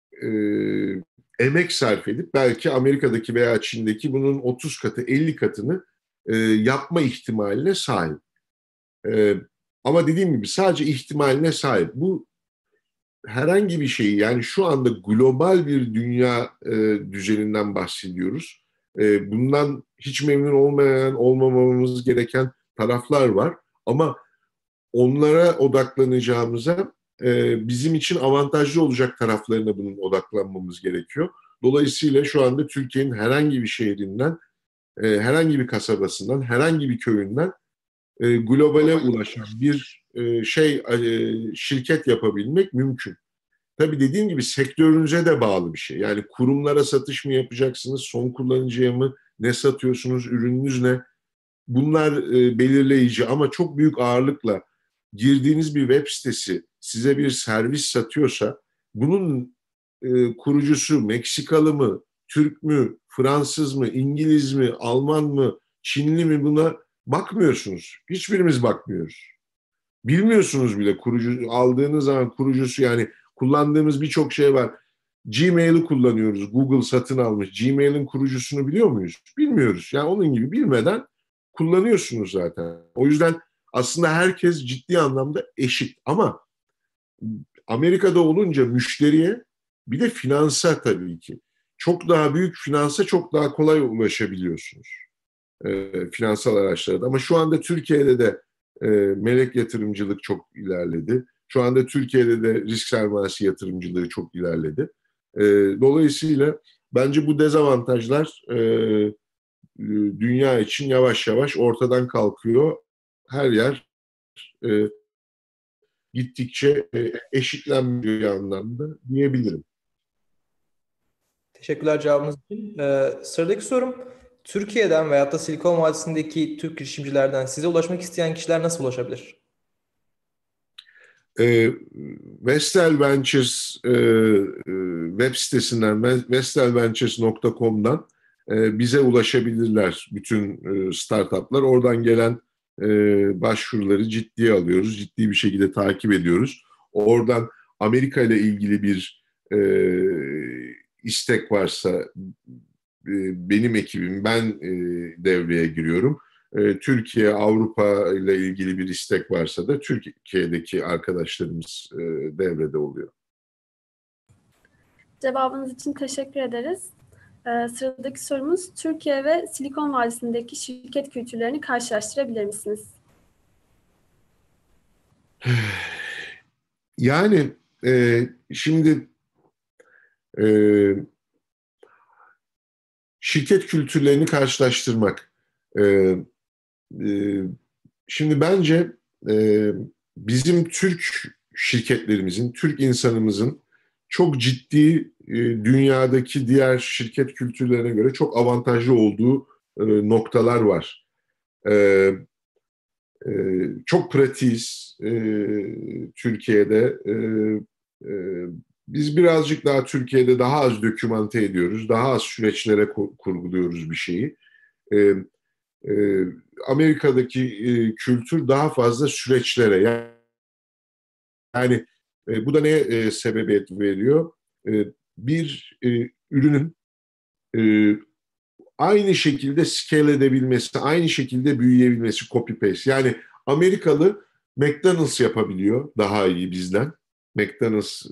emek sarf edip belki Amerika'daki veya Çin'deki bunun 30 katı 50 katını yapma ihtimaline sahip. Ama dediğim gibi sadece ihtimaline sahip. Bu herhangi bir şeyi, yani şu anda global bir dünya düzeninden bahsediyoruz. Bundan hiç memnun olmamamız gereken taraflar var. Ama onlara odaklanacağımıza bizim için avantajlı olacak taraflarına bunun odaklanmamız gerekiyor. Dolayısıyla şu anda Türkiye'nin herhangi bir şehrinden, herhangi bir kasabasından, herhangi bir köyünden globale ulaşan bir şirket yapabilmek mümkün. Tabii dediğim gibi sektörünüze de bağlı bir şey. Yani kurumlara satış mı yapacaksınız, son kullanıcıya mı, ne satıyorsunuz, ürününüz ne? Bunlar belirleyici ama çok büyük ağırlıkla girdiğiniz bir web sitesi size bir servis satıyorsa bunun kurucusu Meksikalı mı, Türk mü, Fransız mı, İngiliz mi, Alman mı, Çinli mi, buna bakmıyorsunuz. Hiçbirimiz bakmıyoruz. Bilmiyorsunuz bile aldığınız zaman kurucusu, yani kullandığımız birçok şey var. Gmail'i kullanıyoruz. Google satın almış. Gmail'in kurucusunu biliyor muyuz? Bilmiyoruz. Yani onun gibi bilmeden kullanıyorsunuz zaten. O yüzden aslında herkes ciddi anlamda eşit. Ama Amerika'da olunca müşteriye bir de finansa tabii ki. Çok daha büyük finansa çok daha kolay ulaşabiliyorsunuz. Finansal araçlarda. Ama şu anda Türkiye'de de melek yatırımcılık çok ilerledi. Şu anda Türkiye'de de risk sermayesi yatırımcılığı çok ilerledi. Dolayısıyla bence bu dezavantajlar dünya için yavaş yavaş ortadan kalkıyor. Her yer gittikçe eşitlenmiyor anlamda diyebilirim. Teşekkürler cevabınız için. Sıradaki sorum, Türkiye'den veyahut da Silikon Vadisi'ndeki Türk girişimcilerden size ulaşmak isteyen kişiler nasıl ulaşabilir? Vestel Ventures web sitesinden vestelventures.com'dan bize ulaşabilirler bütün startuplar. Oradan gelen başvuruları ciddiye alıyoruz. Ciddi bir şekilde takip ediyoruz. Oradan Amerika ile ilgili bir istek varsa benim ekibim, ben devreye giriyorum. Türkiye, Avrupa ile ilgili bir istek varsa da Türkiye'deki arkadaşlarımız devrede oluyor. Cevabınız için teşekkür ederiz. Sıradaki sorumuz, Türkiye ve Silikon Vadisi'ndeki şirket kültürlerini karşılaştırabilir misiniz? Yani şimdi şirket kültürlerini karşılaştırmak. Şimdi bence bizim Türk şirketlerimizin, Türk insanımızın çok ciddi dünyadaki diğer şirket kültürlerine göre çok avantajlı olduğu noktalar var. Çok pratiğiz Türkiye'de. Biz birazcık daha Türkiye'de daha az dokümante ediyoruz, daha az süreçlere kurguluyoruz bir şeyi. Amerika'daki kültür daha fazla süreçlere. Yani bu da neye sebebiyet veriyor? Bir ürünün aynı şekilde scale edebilmesi, aynı şekilde büyüyebilmesi, copy paste. Yani Amerikalı McDonald's yapabiliyor daha iyi bizden. McDonald's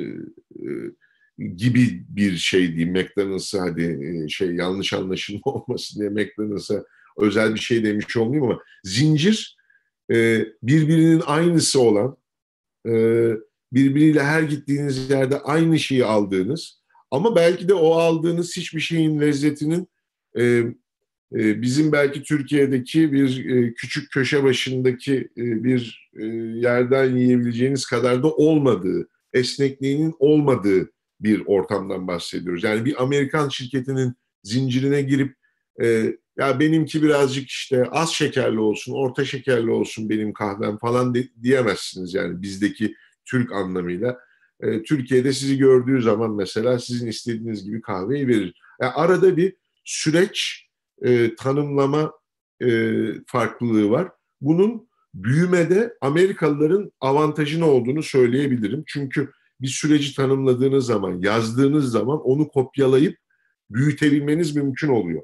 gibi bir şey diyeyim. McDonald's'a hadi yanlış anlaşılma olmasın diye McDonald's'a özel bir şey demiş olmayayım ama zincir birbirinin aynısı olan, birbiriyle her gittiğiniz yerde aynı şeyi aldığınız ama belki de o aldığınız hiçbir şeyin lezzetinin bizim belki Türkiye'deki bir küçük köşe başındaki bir yerden yiyebileceğiniz kadar da olmadığı, esnekliğinin olmadığı bir ortamdan bahsediyoruz. Yani bir Amerikan şirketinin zincirine girip ya benimki birazcık işte az şekerli olsun, orta şekerli olsun benim kahvem falan diyemezsiniz yani bizdeki Türk anlamıyla. Türkiye'de sizi gördüğü zaman mesela sizin istediğiniz gibi kahveyi verir. Yani arada bir süreç tanımlama farklılığı var. Bunun büyümede Amerikalıların avantajı ne olduğunu söyleyebilirim. Çünkü bir süreci tanımladığınız zaman, yazdığınız zaman onu kopyalayıp büyütebilmeniz mümkün oluyor.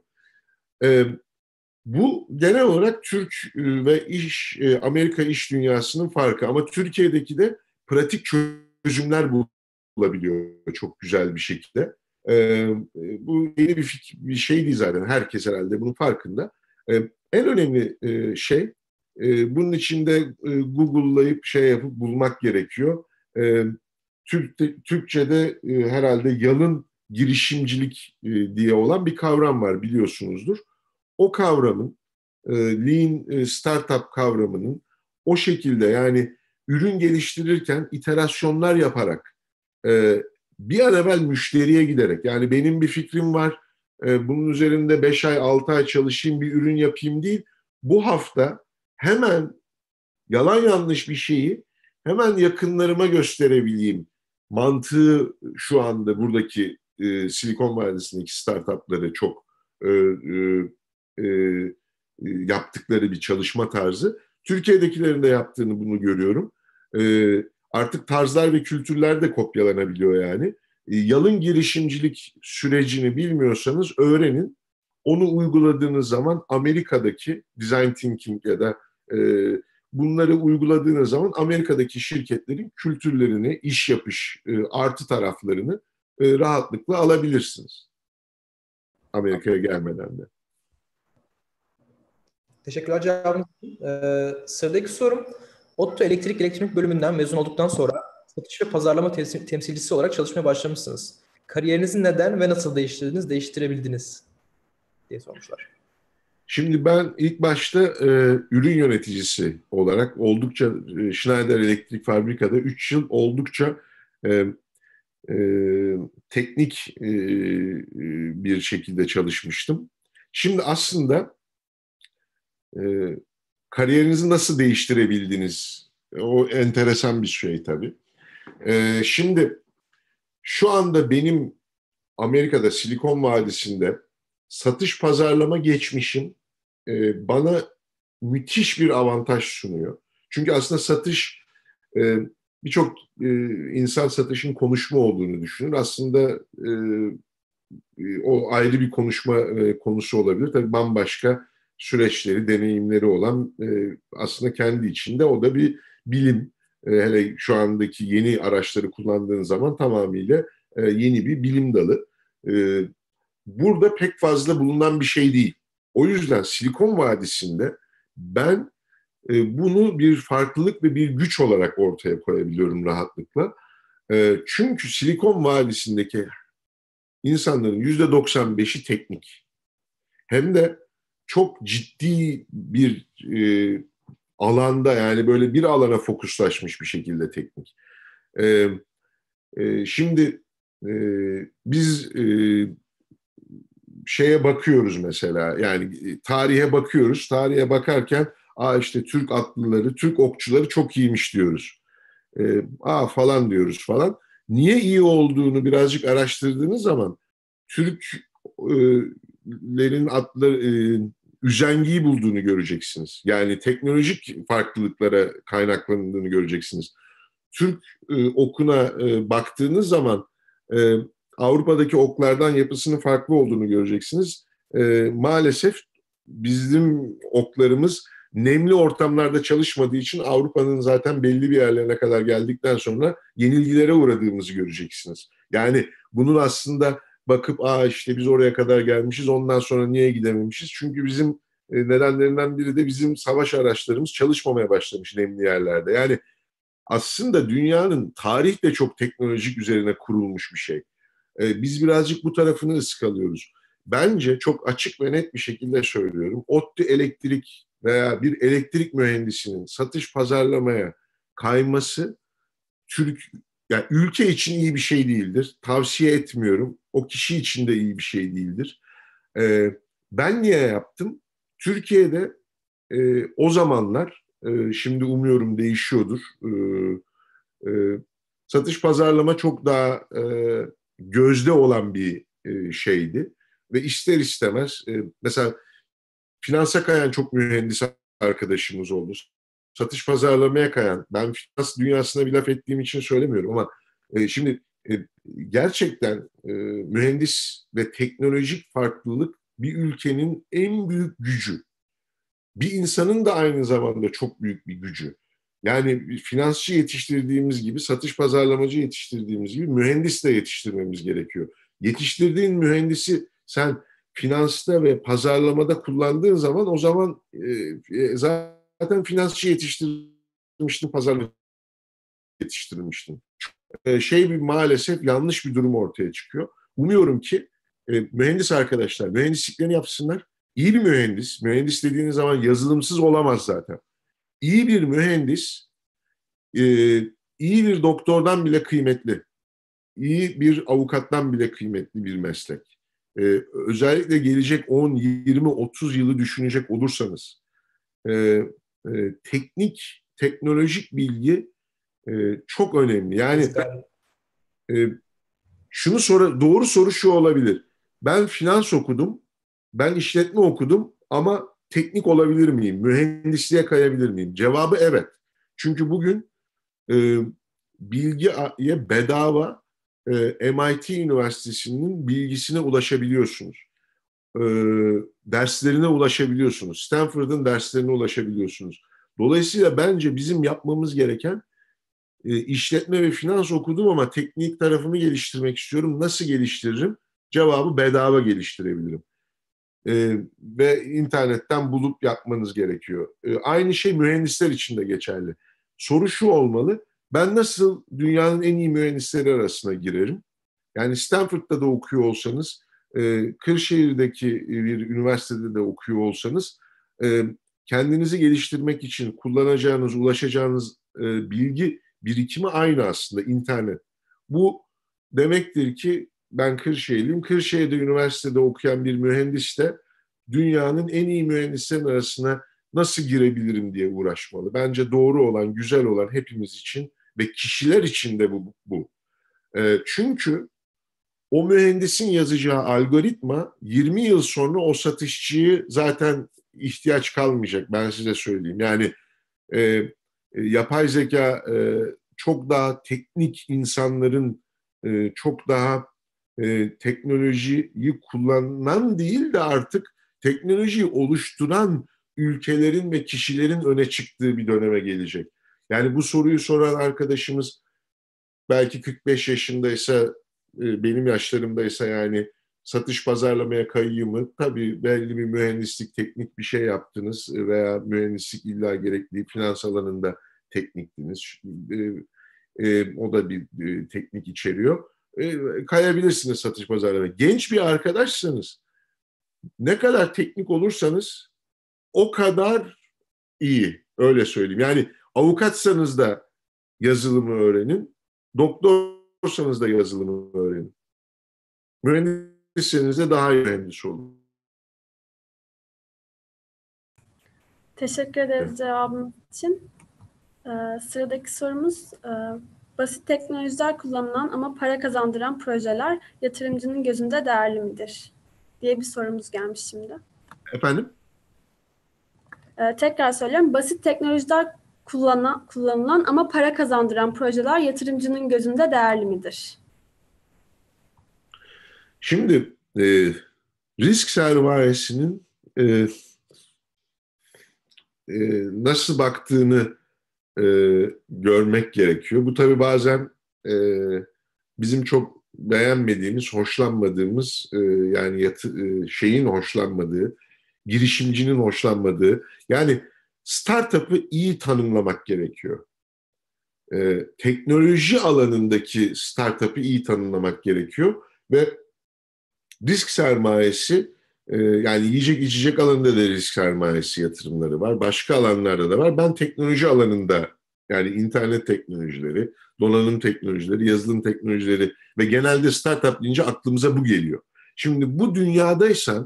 Bu genel olarak Türk ve Amerika iş dünyasının farkı. Ama Türkiye'deki de pratik çözümler bulabiliyor çok güzel bir şekilde. Bu yeni bir şey değil zaten. Herkes herhalde bunun farkında. En önemli şey bunun içinde Google'layıp yapıp bulmak gerekiyor. Türkçe'de herhalde yalın girişimcilik diye olan bir kavram var biliyorsunuzdur. O kavramın, Lean Startup kavramının o şekilde yani ürün geliştirirken iterasyonlar yaparak bir an evvel müşteriye giderek yani benim bir fikrim var, bunun üzerinde 5 ay 6 ay çalışayım bir ürün yapayım değil. Bu hafta hemen yalan yanlış bir şeyi hemen yakınlarıma gösterebileyim. Mantığı şu anda buradaki Silikon Vadisi'ndeki startupları çok yaptıkları bir çalışma tarzı. Türkiye'dekilerin de yaptığını bunu görüyorum. Artık tarzlar ve kültürler de kopyalanabiliyor yani. Yalın girişimcilik sürecini bilmiyorsanız öğrenin. Onu uyguladığınız zaman Amerika'daki design thinking ya da bunları uyguladığınız zaman Amerika'daki şirketlerin kültürlerini, iş yapış artı taraflarını rahatlıkla alabilirsiniz. Amerika'ya gelmeden de. Teşekkürler cevabınız için. Sıradaki sorum, ODTÜ Elektrik Elektronik bölümünden mezun olduktan sonra satış ve pazarlama temsilcisi olarak çalışmaya başlamışsınız. Kariyerinizi neden ve nasıl değiştirebildiniz diye sormuşlar. Şimdi ben ilk başta ürün yöneticisi olarak oldukça Schneider Elektrik Fabrika'da 3 yıl oldukça teknik bir şekilde çalışmıştım. Şimdi aslında kariyerinizi nasıl değiştirebildiniz O enteresan bir şey tabii. Şimdi şu anda benim Amerika'da Silikon Vadisi'nde satış pazarlama geçmişim bana müthiş bir avantaj sunuyor. Çünkü aslında satış birçok insan satışın konuşma olduğunu düşünür. Aslında o ayrı bir konuşma konusu olabilir. Tabii bambaşka süreçleri, deneyimleri olan aslında kendi içinde o da bir bilim. Hele şu andaki yeni araçları kullandığın zaman tamamıyla yeni bir bilim dalı. Burada pek fazla bulunan bir şey değil. O yüzden Silikon Vadisi'nde ben bunu bir farklılık ve bir güç olarak ortaya koyabiliyorum rahatlıkla. Çünkü Silikon Vadisi'ndeki insanların %95'i teknik. Hem de çok ciddi bir alanda, yani böyle bir alana fokuslaşmış bir şekilde teknik. Şimdi biz şeye bakıyoruz mesela, yani tarihe bakıyoruz. Tarihe bakarken işte Türk atlıları, Türk okçuları çok iyiymiş diyoruz. Falan diyoruz falan. Niye iyi olduğunu birazcık araştırdığınız zaman Türklerin atları üzengiyi bulduğunu göreceksiniz. Yani teknolojik farklılıklara kaynaklandığını göreceksiniz. Türk okuna baktığınız zaman Avrupa'daki oklardan yapısının farklı olduğunu göreceksiniz. Maalesef bizim oklarımız nemli ortamlarda çalışmadığı için Avrupa'nın zaten belli bir yerlerine kadar geldikten sonra yenilgilere uğradığımızı göreceksiniz. Yani bunun aslında bakıp işte biz oraya kadar gelmişiz, ondan sonra niye gidememişiz? Çünkü bizim nedenlerinden biri de bizim savaş araçlarımız çalışmamaya başlamış nemli yerlerde. Yani aslında dünyanın tarih de çok teknolojik üzerine kurulmuş bir şey. Biz birazcık bu tarafını ıskalıyoruz. Bence çok açık ve net bir şekilde söylüyorum. ODTÜ elektrik veya bir elektrik mühendisinin satış pazarlamaya kayması yani ülke için iyi bir şey değildir. Tavsiye etmiyorum. O kişi için de iyi bir şey değildir. Ben niye yaptım? Türkiye'de o zamanlar, şimdi umuyorum değişiyordur. Satış pazarlama çok daha gözde olan bir şeydi. Ve ister istemez mesela finansa kayan çok mühendis arkadaşımız oldu. Satış pazarlamaya kayan, ben finans dünyasına bir laf ettiğim için söylemiyorum ama şimdi gerçekten mühendis ve teknolojik farklılık bir ülkenin en büyük gücü. Bir insanın da aynı zamanda çok büyük bir gücü. Yani finansçı yetiştirdiğimiz gibi, satış pazarlamacı yetiştirdiğimiz gibi mühendis de yetiştirmemiz gerekiyor. Yetiştirdiğin mühendisi sen finansta ve pazarlamada kullandığın zaman o zaman zaten finansçı yetiştirmiştin, pazarlamacı yetiştirmiştin. Bir maalesef yanlış bir durum ortaya çıkıyor. Umuyorum ki mühendis arkadaşlar mühendisliklerini yapsınlar. İyi bir mühendis, mühendis dediğiniz zaman yazılımsız olamaz zaten. İyi bir mühendis, iyi bir doktordan bile kıymetli. İyi bir avukattan bile kıymetli bir meslek. Özellikle gelecek 10, 20, 30 yılı düşünecek olursanız teknolojik bilgi çok önemli. Yani doğru soru şu olabilir. Ben finans okudum, ben işletme okudum ama teknik olabilir miyim? Mühendisliğe kayabilir miyim? Cevabı evet. Çünkü bugün bilgiye bedava MIT Üniversitesi'nin bilgisine ulaşabiliyorsunuz. Derslerine ulaşabiliyorsunuz. Stanford'ın derslerine ulaşabiliyorsunuz. Dolayısıyla bence bizim yapmamız gereken işletme ve finans okudum ama teknik tarafını geliştirmek istiyorum. Nasıl geliştiririm? Cevabı bedava geliştirebilirim. Ve internetten bulup yapmanız gerekiyor. Aynı şey mühendisler için de geçerli. Soru şu olmalı: ben nasıl dünyanın en iyi mühendisleri arasına girerim? Yani Stanford'da da okuyor olsanız, Kırşehir'deki bir üniversitede de okuyor olsanız, kendinizi geliştirmek için kullanacağınız, ulaşacağınız bilgi birikimi aynı aslında, internet. Bu demektir ki ben Kırşehirliyim. Kırşehir'de üniversitede okuyan bir mühendis de dünyanın en iyi mühendislerin arasına nasıl girebilirim diye uğraşmalı. Bence doğru olan, güzel olan hepimiz için ve kişiler için de bu. Çünkü o mühendisin yazacağı algoritma 20 yıl sonra o satışçıyı zaten ihtiyaç kalmayacak. Ben size söyleyeyim. Yani yapay zeka çok daha teknik insanların çok daha teknolojiyi kullanan değil de artık teknolojiyi oluşturan ülkelerin ve kişilerin öne çıktığı bir döneme gelecek. Yani bu soruyu soran arkadaşımız belki 45 yaşındaysa, benim yaşlarımdaysa yani satış pazarlamaya kayıyor mu? Tabii belli bir mühendislik, teknik bir şey yaptınız veya mühendislik illa gerekli finans alanında tekniktiniz. O da bir teknik içeriyor. Kayabilirsiniz satış pazarlamaya. Genç bir arkadaşsanız ne kadar teknik olursanız o kadar iyi. Öyle söyleyeyim. Yani avukatsanız da yazılımı öğrenin. Doktorsanız da yazılımı öğrenin. Mühendisseniz de daha iyi mühendis olun. Teşekkür ederiz cevabınız için. Sıradaki sorumuz, basit teknolojiler kullanılan ama para kazandıran projeler yatırımcının gözünde değerli midir? Diye bir sorumuz gelmiş şimdi. Efendim? Tekrar söylüyorum. Basit teknolojiler kullanılan ama para kazandıran projeler yatırımcının gözünde değerli midir? Şimdi risk sermayesinin nasıl baktığını görmek gerekiyor. Bu tabii bazen bizim çok beğenmediğimiz, hoşlanmadığımız yani şeyin hoşlanmadığı, girişimcinin hoşlanmadığı, yani startup'ı iyi tanımlamak gerekiyor. Teknoloji alanındaki startup'ı iyi tanımlamak gerekiyor ve risk sermayesi, yani yiyecek içecek alanında da risk sermayesi yatırımları var. Başka alanlarda da var. Ben teknoloji alanında, yani internet teknolojileri, donanım teknolojileri, yazılım teknolojileri ve genelde startup deyince aklımıza bu geliyor. Şimdi bu dünyadaysan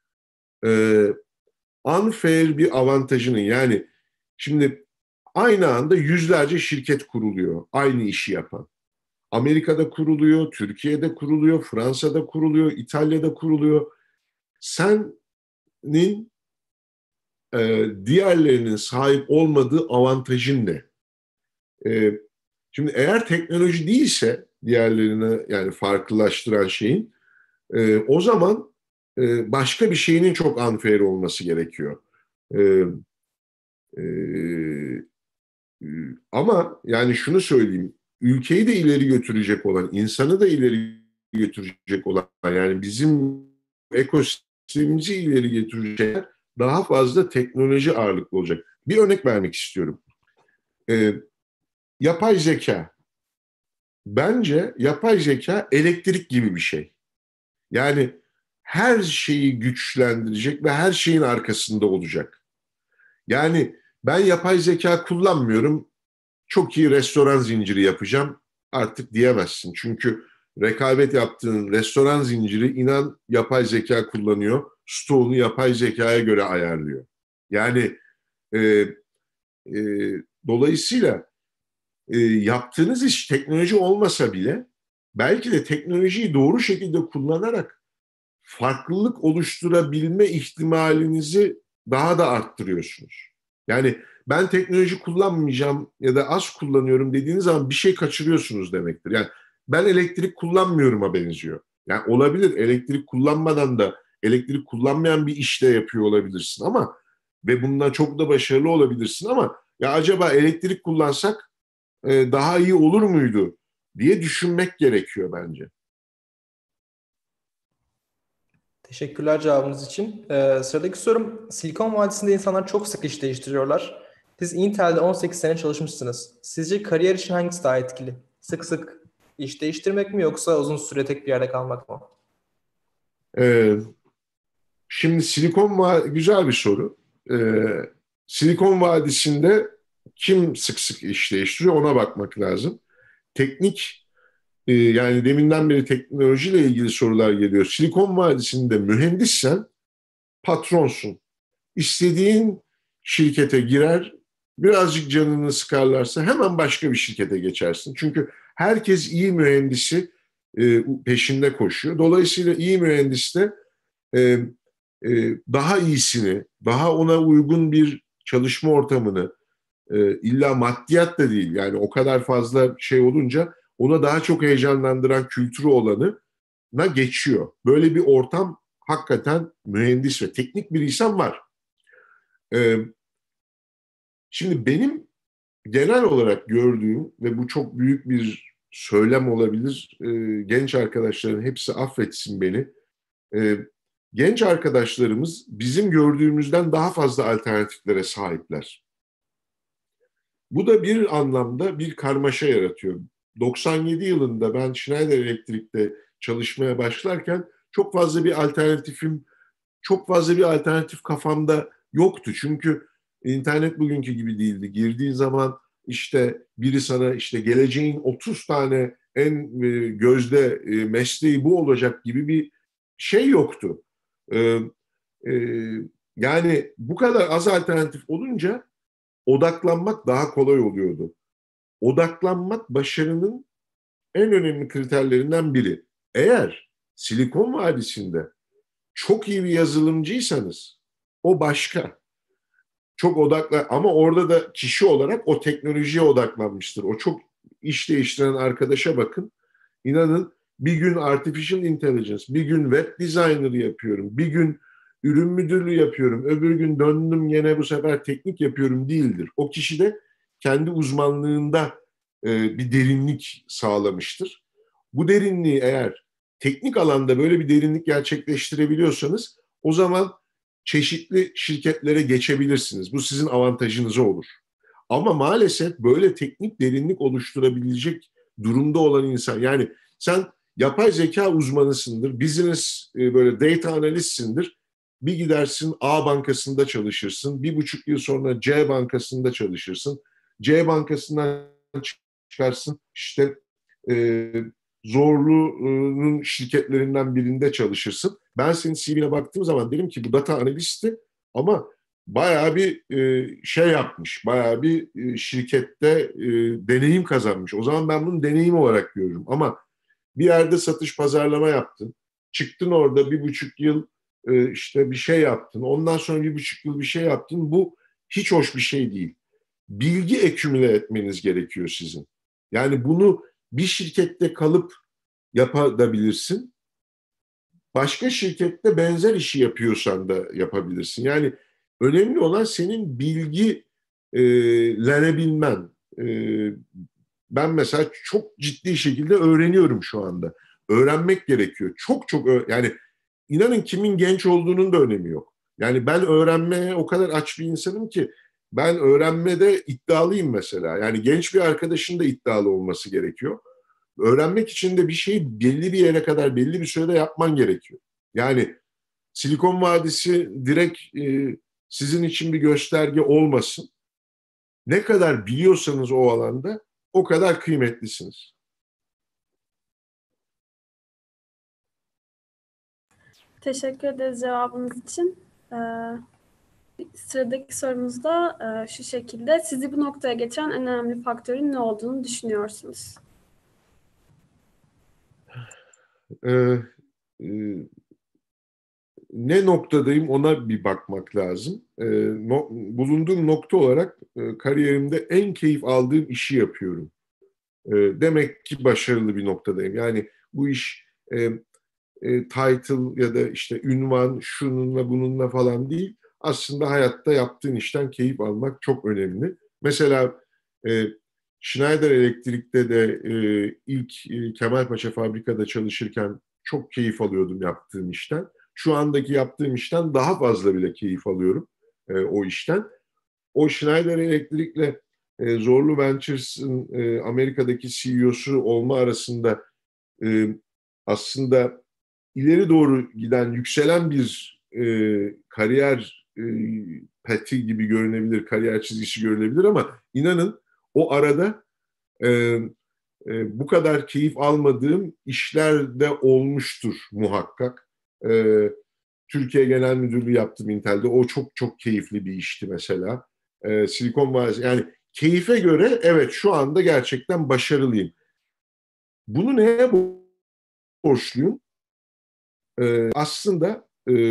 unfair bir avantajının, yani şimdi aynı anda yüzlerce şirket kuruluyor aynı işi yapan. Amerika'da kuruluyor, Türkiye'de kuruluyor, Fransa'da kuruluyor, İtalya'da kuruluyor. Senin diğerlerinin sahip olmadığı avantajın ne? Şimdi eğer teknoloji değilse diğerlerine, yani farklılaştıran şeyin, o zaman başka bir şeyinin çok unfair olması gerekiyor. Ama yani şunu söyleyeyim, ülkeyi de ileri götürecek olan, insanı da ileri götürecek olan, yani bizim ekosistemimizi ileri götürecek daha fazla teknoloji ağırlıklı olacak. Bir örnek vermek istiyorum. Yapay zeka. Bence yapay zeka elektrik gibi bir şey. Yani her şeyi güçlendirecek ve her şeyin arkasında olacak. Yani ben yapay zeka kullanmıyorum, çok iyi restoran zinciri yapacağım artık diyemezsin. Çünkü rekabet yaptığın restoran zinciri, inan, yapay zeka kullanıyor. Stoğunu yapay zekaya göre ayarlıyor. Yani dolayısıyla yaptığınız iş teknoloji olmasa bile belki de teknolojiyi doğru şekilde kullanarak farklılık oluşturabilme ihtimalinizi daha da arttırıyorsunuz. Yani ben teknoloji kullanmayacağım ya da az kullanıyorum dediğiniz zaman bir şey kaçırıyorsunuz demektir. Yani ben elektrik kullanmıyorum'a benziyor. Yani olabilir, elektrik kullanmadan da elektrik kullanmayan bir iş de yapıyor olabilirsin ama ve bundan çok da başarılı olabilirsin ama ya acaba elektrik kullansak daha iyi olur muydu diye düşünmek gerekiyor bence. Teşekkürler cevabınız için. Sıradaki sorum, Silikon Vadisi'nde insanlar çok sık iş değiştiriyorlar. Siz Intel'de 18 sene çalışmışsınız. Sizce kariyer için hangisi daha etkili? Sık sık iş değiştirmek mi yoksa uzun süre tek bir yerde kalmak mı? Şimdi güzel bir soru. Silikon Vadisi'nde kim sık sık iş değiştiriyor ona bakmak lazım. Teknik, yani deminden beri teknolojiyle ilgili sorular geliyor. Silikon Vadisi'nde mühendissen patronsun. İstediğin şirkete girer, birazcık canını sıkarlarsa hemen başka bir şirkete geçersin. Çünkü herkes iyi mühendisi peşinde koşuyor. Dolayısıyla iyi mühendis de daha iyisini, daha ona uygun bir çalışma ortamını, illa maddiyat da değil, yani o kadar fazla şey olunca ona daha çok heyecanlandıran kültürü olanına geçiyor. Böyle bir ortam hakikaten mühendis ve teknik bir insan var. Şimdi benim genel olarak gördüğüm ve bu çok büyük bir söylem olabilir, genç arkadaşların hepsi affetsin beni. Genç arkadaşlarımız bizim gördüğümüzden daha fazla alternatiflere sahipler. Bu da bir anlamda bir karmaşa yaratıyor. 97 yılında ben Schneider Electric'te çalışmaya başlarken çok fazla bir alternatif kafamda yoktu. Çünkü internet bugünkü gibi değildi. Girdiğin zaman işte biri sana işte geleceğin 30 tane en gözde mesleği bu olacak gibi bir şey yoktu. Yani bu kadar az alternatif olunca odaklanmak daha kolay oluyordu. Odaklanmak başarının en önemli kriterlerinden biri. Eğer Silikon Vadisi'nde çok iyi bir yazılımcıysanız o başka. Çok ama orada da kişi olarak o teknolojiye odaklanmıştır. O çok iş değiştiren arkadaşa bakın. İnanın bir gün Artificial Intelligence, bir gün Web Designer yapıyorum, bir gün ürün müdürlüğü yapıyorum, öbür gün döndüm yine bu sefer teknik yapıyorum değildir. O kişi de kendi uzmanlığında bir derinlik sağlamıştır. Bu derinliği eğer teknik alanda böyle bir derinlik gerçekleştirebiliyorsanız o zaman çeşitli şirketlere geçebilirsiniz. Bu sizin avantajınıza olur. Ama maalesef böyle teknik derinlik oluşturabilecek durumda olan insan, yani sen yapay zeka uzmanısındır, business böyle data analistsindir, bir gidersin A bankasında çalışırsın, 1,5 yıl sonra C bankasında çalışırsın, C bankasından çıkarsın işte Zorlu'nun şirketlerinden birinde çalışırsın. Ben senin CV'ne baktığım zaman dedim ki bu data analisti ama bayağı bir şey yapmış, bayağı bir şirkette deneyim kazanmış. O zaman ben bunu deneyim olarak görürüm. Ama bir yerde satış pazarlama yaptın, çıktın orada 1,5 yıl işte bir şey yaptın, ondan sonra 1,5 yıl bir şey yaptın. Bu hiç hoş bir şey değil. Bilgi ekümüle etmeniz gerekiyor sizin. Yani bunu bir şirkette kalıp yapabilirsin. Başka şirkette benzer işi yapıyorsan da yapabilirsin. Yani önemli olan senin bilgilenebilmen. Ben mesela çok ciddi şekilde öğreniyorum şu anda. Öğrenmek gerekiyor. Yani inanın kimin genç olduğunun da önemi yok. Yani ben öğrenmeye o kadar aç bir insanım ki ben öğrenmede iddialıyım mesela. Yani genç bir arkadaşın da iddialı olması gerekiyor. Öğrenmek için de bir şeyi belli bir yere kadar, belli bir sürede yapman gerekiyor. Yani Silikon Vadisi direkt sizin için bir gösterge olmasın. Ne kadar biliyorsanız o alanda o kadar kıymetlisiniz. Teşekkür ederiz cevabınız için. Sıradaki sorumuz da şu şekilde. Sizi bu noktaya getiren en önemli faktörün ne olduğunu düşünüyorsunuz? Ne noktadayım ona bir bakmak lazım. Bulunduğum nokta olarak kariyerimde en keyif aldığım işi yapıyorum. Demek ki başarılı bir noktadayım. Yani bu iş title ya da işte ünvan şununla bununla falan değil. Aslında hayatta yaptığın işten keyif almak çok önemli. Mesela Schneider Electric'te de ilk Kemalpaşa fabrikada çalışırken çok keyif alıyordum yaptığım işten. Şu andaki yaptığım işten daha fazla bile keyif alıyorum o işten. O Schneider Electric'le Zorlu Ventures'ın Amerika'daki CEO'su olma arasında aslında ileri doğru giden, yükselen bir kariyer pati gibi görünebilir, kariyer çizgisi görünebilir ama inanın o arada bu kadar keyif almadığım işler de olmuştur muhakkak. Türkiye Genel Müdürlüğü yaptım Intel'de. O çok çok keyifli bir işti mesela. Silikon Vadisi, yani keyfe göre evet şu anda gerçekten başarılıyım. Bunu neye borçluyum? Aslında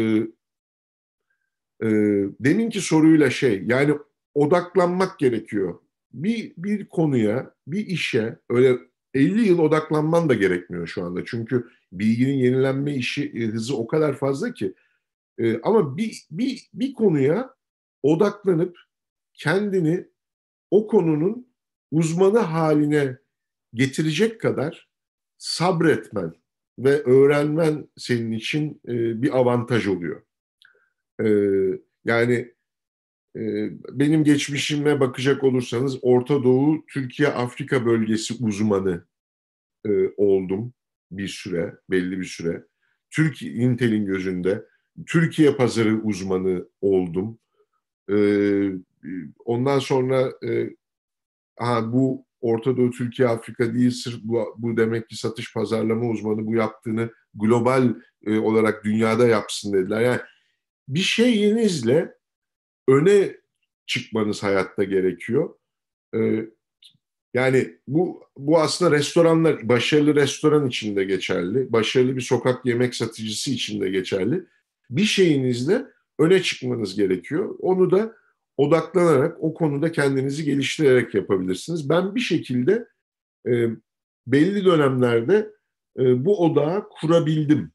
deminki soruyla yani odaklanmak gerekiyor. Bir konuya, bir işe öyle 50 yıl odaklanman da gerekmiyor şu anda. Çünkü bilginin yenilenme hızı o kadar fazla ki. Ama bir konuya odaklanıp kendini o konunun uzmanı haline getirecek kadar sabretmen ve öğrenmen senin için bir avantaj oluyor. Yani benim geçmişime bakacak olursanız Orta Doğu, Türkiye, Afrika bölgesi uzmanı oldum bir süre, belli bir süre. Intel'in gözünde Türkiye pazarı uzmanı oldum. Ondan sonra bu Orta Doğu, Türkiye, Afrika değil, sırf bu demek ki satış pazarlama uzmanı, bu yaptığını global olarak dünyada yapsın dediler. Yani bir şeyinizle öne çıkmanız hayatta gerekiyor. Yani bu aslında restoranlar, başarılı restoran için de geçerli, başarılı bir sokak yemek satıcısı için de geçerli. Bir şeyinizle öne çıkmanız gerekiyor. Onu da odaklanarak, o konuda kendinizi geliştirerek yapabilirsiniz. Ben bir şekilde belli dönemlerde bu odağı kurabildim.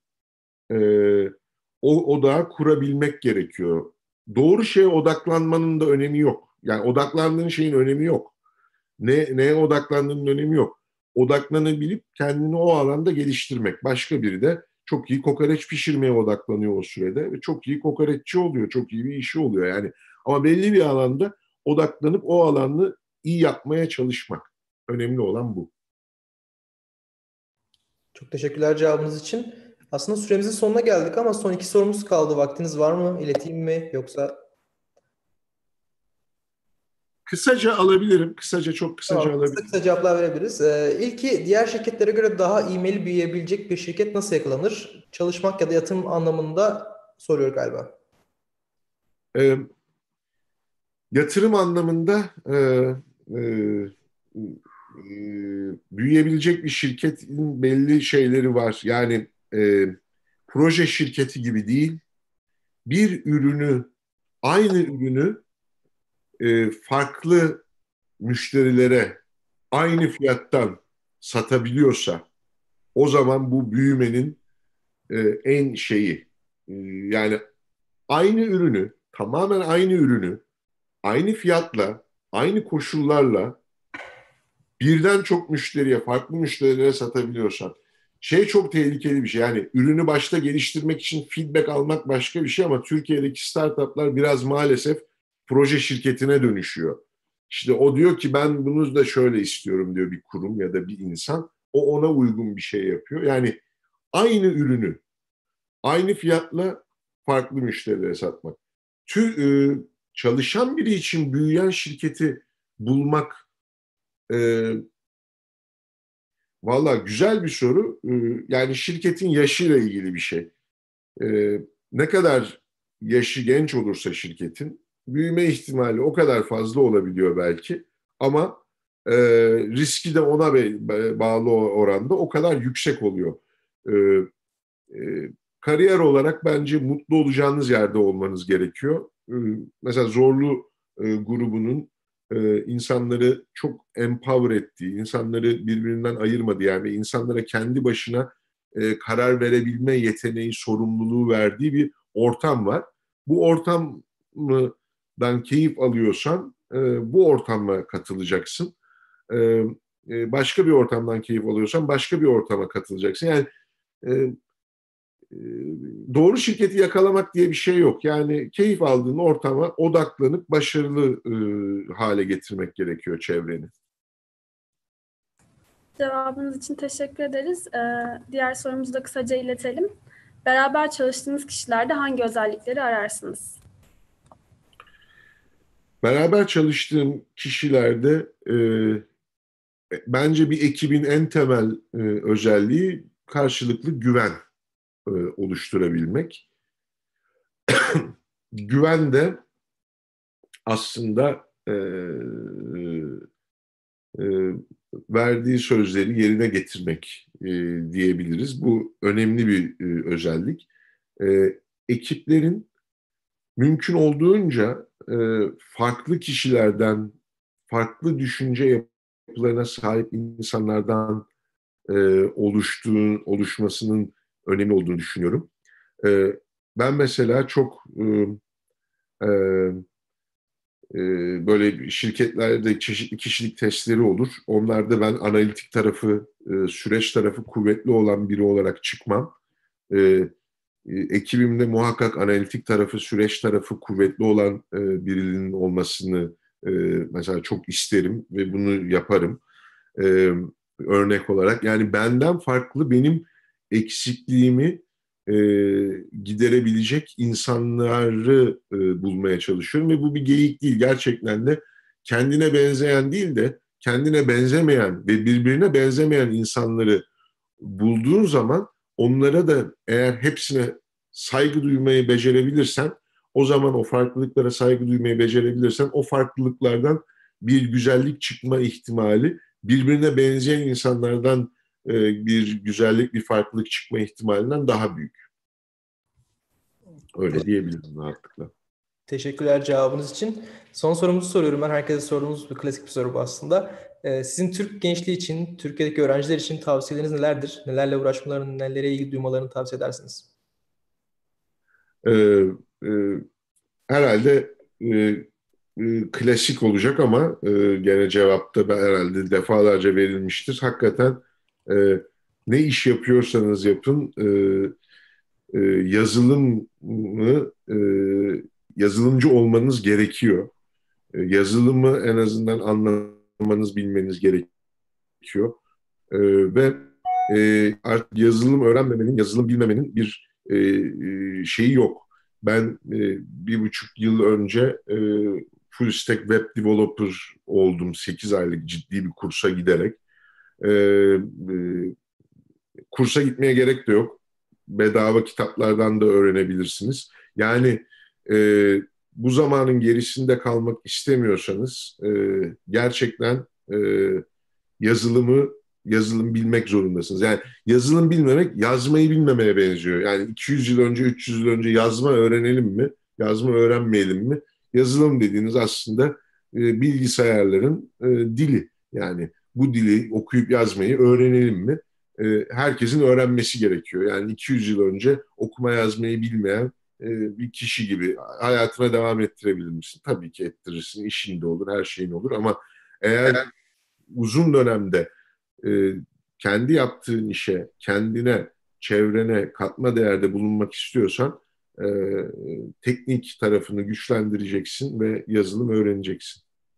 O odağı kurabilmek gerekiyor. Doğru şeye odaklanmanın da önemi yok. Yani odaklandığın şeyin önemi yok. Neye odaklandığının önemi yok. Odaklanabilip kendini o alanda geliştirmek. Başka biri de çok iyi kokoreç pişirmeye odaklanıyor o sürede ve çok iyi kokoreççi oluyor, çok iyi bir işi oluyor yani. Ama belli bir alanda odaklanıp o alanı iyi yapmaya çalışmak. Önemli olan bu. Çok teşekkürler cevabınız için. Aslında süremizin sonuna geldik ama son 2 sorumuz kaldı. Vaktiniz var mı? İleteyim mi? Yoksa... Kısaca alabilirim. Çok kısaca Tamam, alabilirim. kısa cevaplar verebiliriz. İlki, diğer şirketlere göre daha ivmeli büyüyebilecek bir şirket nasıl yakalanır? Çalışmak ya da yatırım anlamında soruyor galiba. Yatırım anlamında büyüyebilecek bir şirketin belli şeyleri var. Yani proje şirketi gibi değil. Aynı ürünü farklı müşterilere aynı fiyattan satabiliyorsa o zaman bu büyümenin en şeyi. Yani tamamen aynı ürünü, aynı fiyatla, aynı koşullarla birden çok farklı müşterilere satabiliyorsan çok tehlikeli bir şey. Yani ürünü başta geliştirmek için feedback almak başka bir şey ama Türkiye'deki startuplar biraz maalesef proje şirketine dönüşüyor. İşte o diyor ki ben bunu da şöyle istiyorum diyor bir kurum ya da bir insan. O ona uygun bir şey yapıyor. Yani aynı ürünü aynı fiyatla farklı müşterilere satmak. Çalışan biri için büyüyen şirketi bulmak valla güzel bir soru. Yani şirketin yaşıyla ilgili bir şey. Ne kadar yaşı genç olursa şirketin büyüme ihtimali o kadar fazla olabiliyor belki. Ama riski de ona bağlı oranda o kadar yüksek oluyor. Kariyer olarak bence mutlu olacağınız yerde olmanız gerekiyor. Mesela Zorlu grubunun insanları çok empower ettiği, insanları birbirinden ayırmadığı yani insanlara kendi başına karar verebilme yeteneği, sorumluluğu verdiği bir ortam var. Bu ortamdan keyif alıyorsan bu ortama katılacaksın. Başka bir ortamdan keyif alıyorsan başka bir ortama katılacaksın. Yani doğru şirketi yakalamak diye bir şey yok. Yani keyif aldığın ortama odaklanıp başarılı hale getirmek gerekiyor çevreni. Cevabınız için teşekkür ederiz. Diğer sorumuzu da kısaca iletelim. Beraber çalıştığınız kişilerde hangi özellikleri ararsınız? Beraber çalıştığım kişilerde bence bir ekibin en temel özelliği karşılıklı güven oluşturabilmek. güven de aslında verdiği sözleri yerine getirmek diyebiliriz. Bu önemli bir özellik. Ekiplerin mümkün olduğunca farklı kişilerden, farklı düşünce yapılarına sahip insanlardan oluşmasının önemli olduğunu düşünüyorum. Ben mesela çok böyle şirketlerde çeşitli kişilik testleri olur. Onlarda ben analitik tarafı, süreç tarafı kuvvetli olan biri olarak çıkmam. Ekibimde muhakkak analitik tarafı, süreç tarafı kuvvetli olan birinin olmasını mesela çok isterim ve bunu yaparım. Örnek olarak. Yani benden farklı benim eksikliğimi giderebilecek insanları bulmaya çalışıyorum ve bu bir geyik değil. Gerçekten de kendine benzeyen değil de kendine benzemeyen ve birbirine benzemeyen insanları bulduğun zaman onlara da eğer hepsine saygı duymayı becerebilirsen, o zaman o farklılıklara saygı duymayı becerebilirsen o farklılıklardan bir güzellik çıkma ihtimali birbirine benzeyen insanlardan bir güzellik, bir farklılık çıkma ihtimalinden daha büyük. Öyle diyebilirim rahatlıkla. Teşekkürler cevabınız için. Son sorumuzu soruyorum ben. Herkese sorduğumuz bir klasik bir soru bu aslında. Sizin Türk gençliği için, Türkiye'deki öğrenciler için tavsiyeleriniz nelerdir? Nelerle uğraşmalarını, nelere ilgi duymalarını tavsiye edersiniz? Ee, e, Herhalde klasik olacak ama gene cevapta ben herhalde defalarca verilmiştir. Hakikaten ne iş yapıyorsanız yapın yazılımı yazılımcı olmanız gerekiyor. Yazılımı en azından anlamanız, bilmeniz gerekiyor. Ve artık yazılım öğrenmemenin, yazılım bilmemenin bir şeyi yok. Ben 1,5 yıl önce full stack web developer oldum. 8 aylık ciddi bir kursa giderek. E, e, Kursa gitmeye gerek de yok. Bedava kitaplardan da öğrenebilirsiniz. Yani bu zamanın gerisinde kalmak istemiyorsanız gerçekten yazılım bilmek zorundasınız. Yani yazılım bilmemek yazmayı bilmemeye benziyor. Yani 200 yıl önce, 300 yıl önce yazma öğrenelim mi? Yazma öğrenmeyelim mi? Yazılım dediğiniz aslında bilgisayarların dili. Yani bu dili okuyup yazmayı öğrenelim mi? Herkesin öğrenmesi gerekiyor. Yani 200 yıl önce okuma yazmayı bilmeyen bir kişi gibi hayatına devam ettirebilir misin? Tabii ki ettirirsin. İşin de olur, her şeyin olur ama eğer uzun dönemde kendi yaptığın işe, kendine, çevrene katma değerde bulunmak istiyorsan teknik tarafını güçlendireceksin ve yazılım öğreneceksin.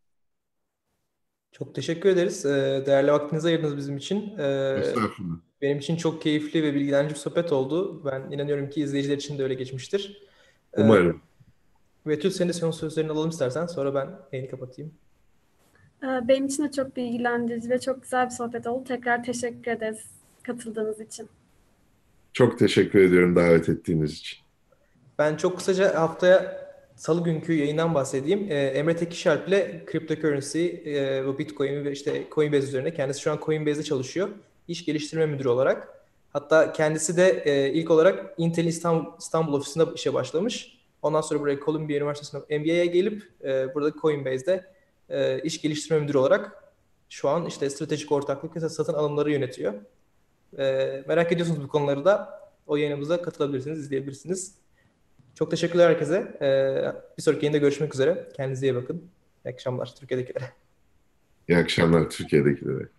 Çok teşekkür ederiz. Değerli vaktinizi ayırdınız bizim için. Estağfurullah. Benim için çok keyifli ve bilgilendirici bir sohbet oldu. Ben inanıyorum ki izleyiciler için de öyle geçmiştir. Umarım. Betül, senin de son sözlerini alalım istersen. Sonra ben yayını kapatayım. Benim için de çok bilgilendirici ve çok güzel bir sohbet oldu. Tekrar teşekkür ederiz katıldığınız için. Çok teşekkür ediyorum davet ettiğiniz için. Ben çok kısaca haftaya Salı günkü yayından bahsedeyim. Emre Tekişalp ile cryptocurrency, bu Bitcoin ve işte Coinbase üzerine. Kendisi şu an Coinbase'de çalışıyor. İş geliştirme müdürü olarak. Hatta kendisi de ilk olarak Intel İstanbul ofisinde işe başlamış. Ondan sonra buraya Columbia Üniversitesi'ne MBA'ye gelip burada Coinbase'de iş geliştirme müdürü olarak şu an işte stratejik ortaklık ve satın alımları yönetiyor. Merak ediyorsunuz bu konuları da o yayınımıza katılabilirsiniz, izleyebilirsiniz. Çok teşekkürler herkese. Bir sonraki yayında görüşmek üzere. Kendinize iyi bakın. İyi akşamlar Türkiye'dekilere. İyi akşamlar Türkiye'dekilere.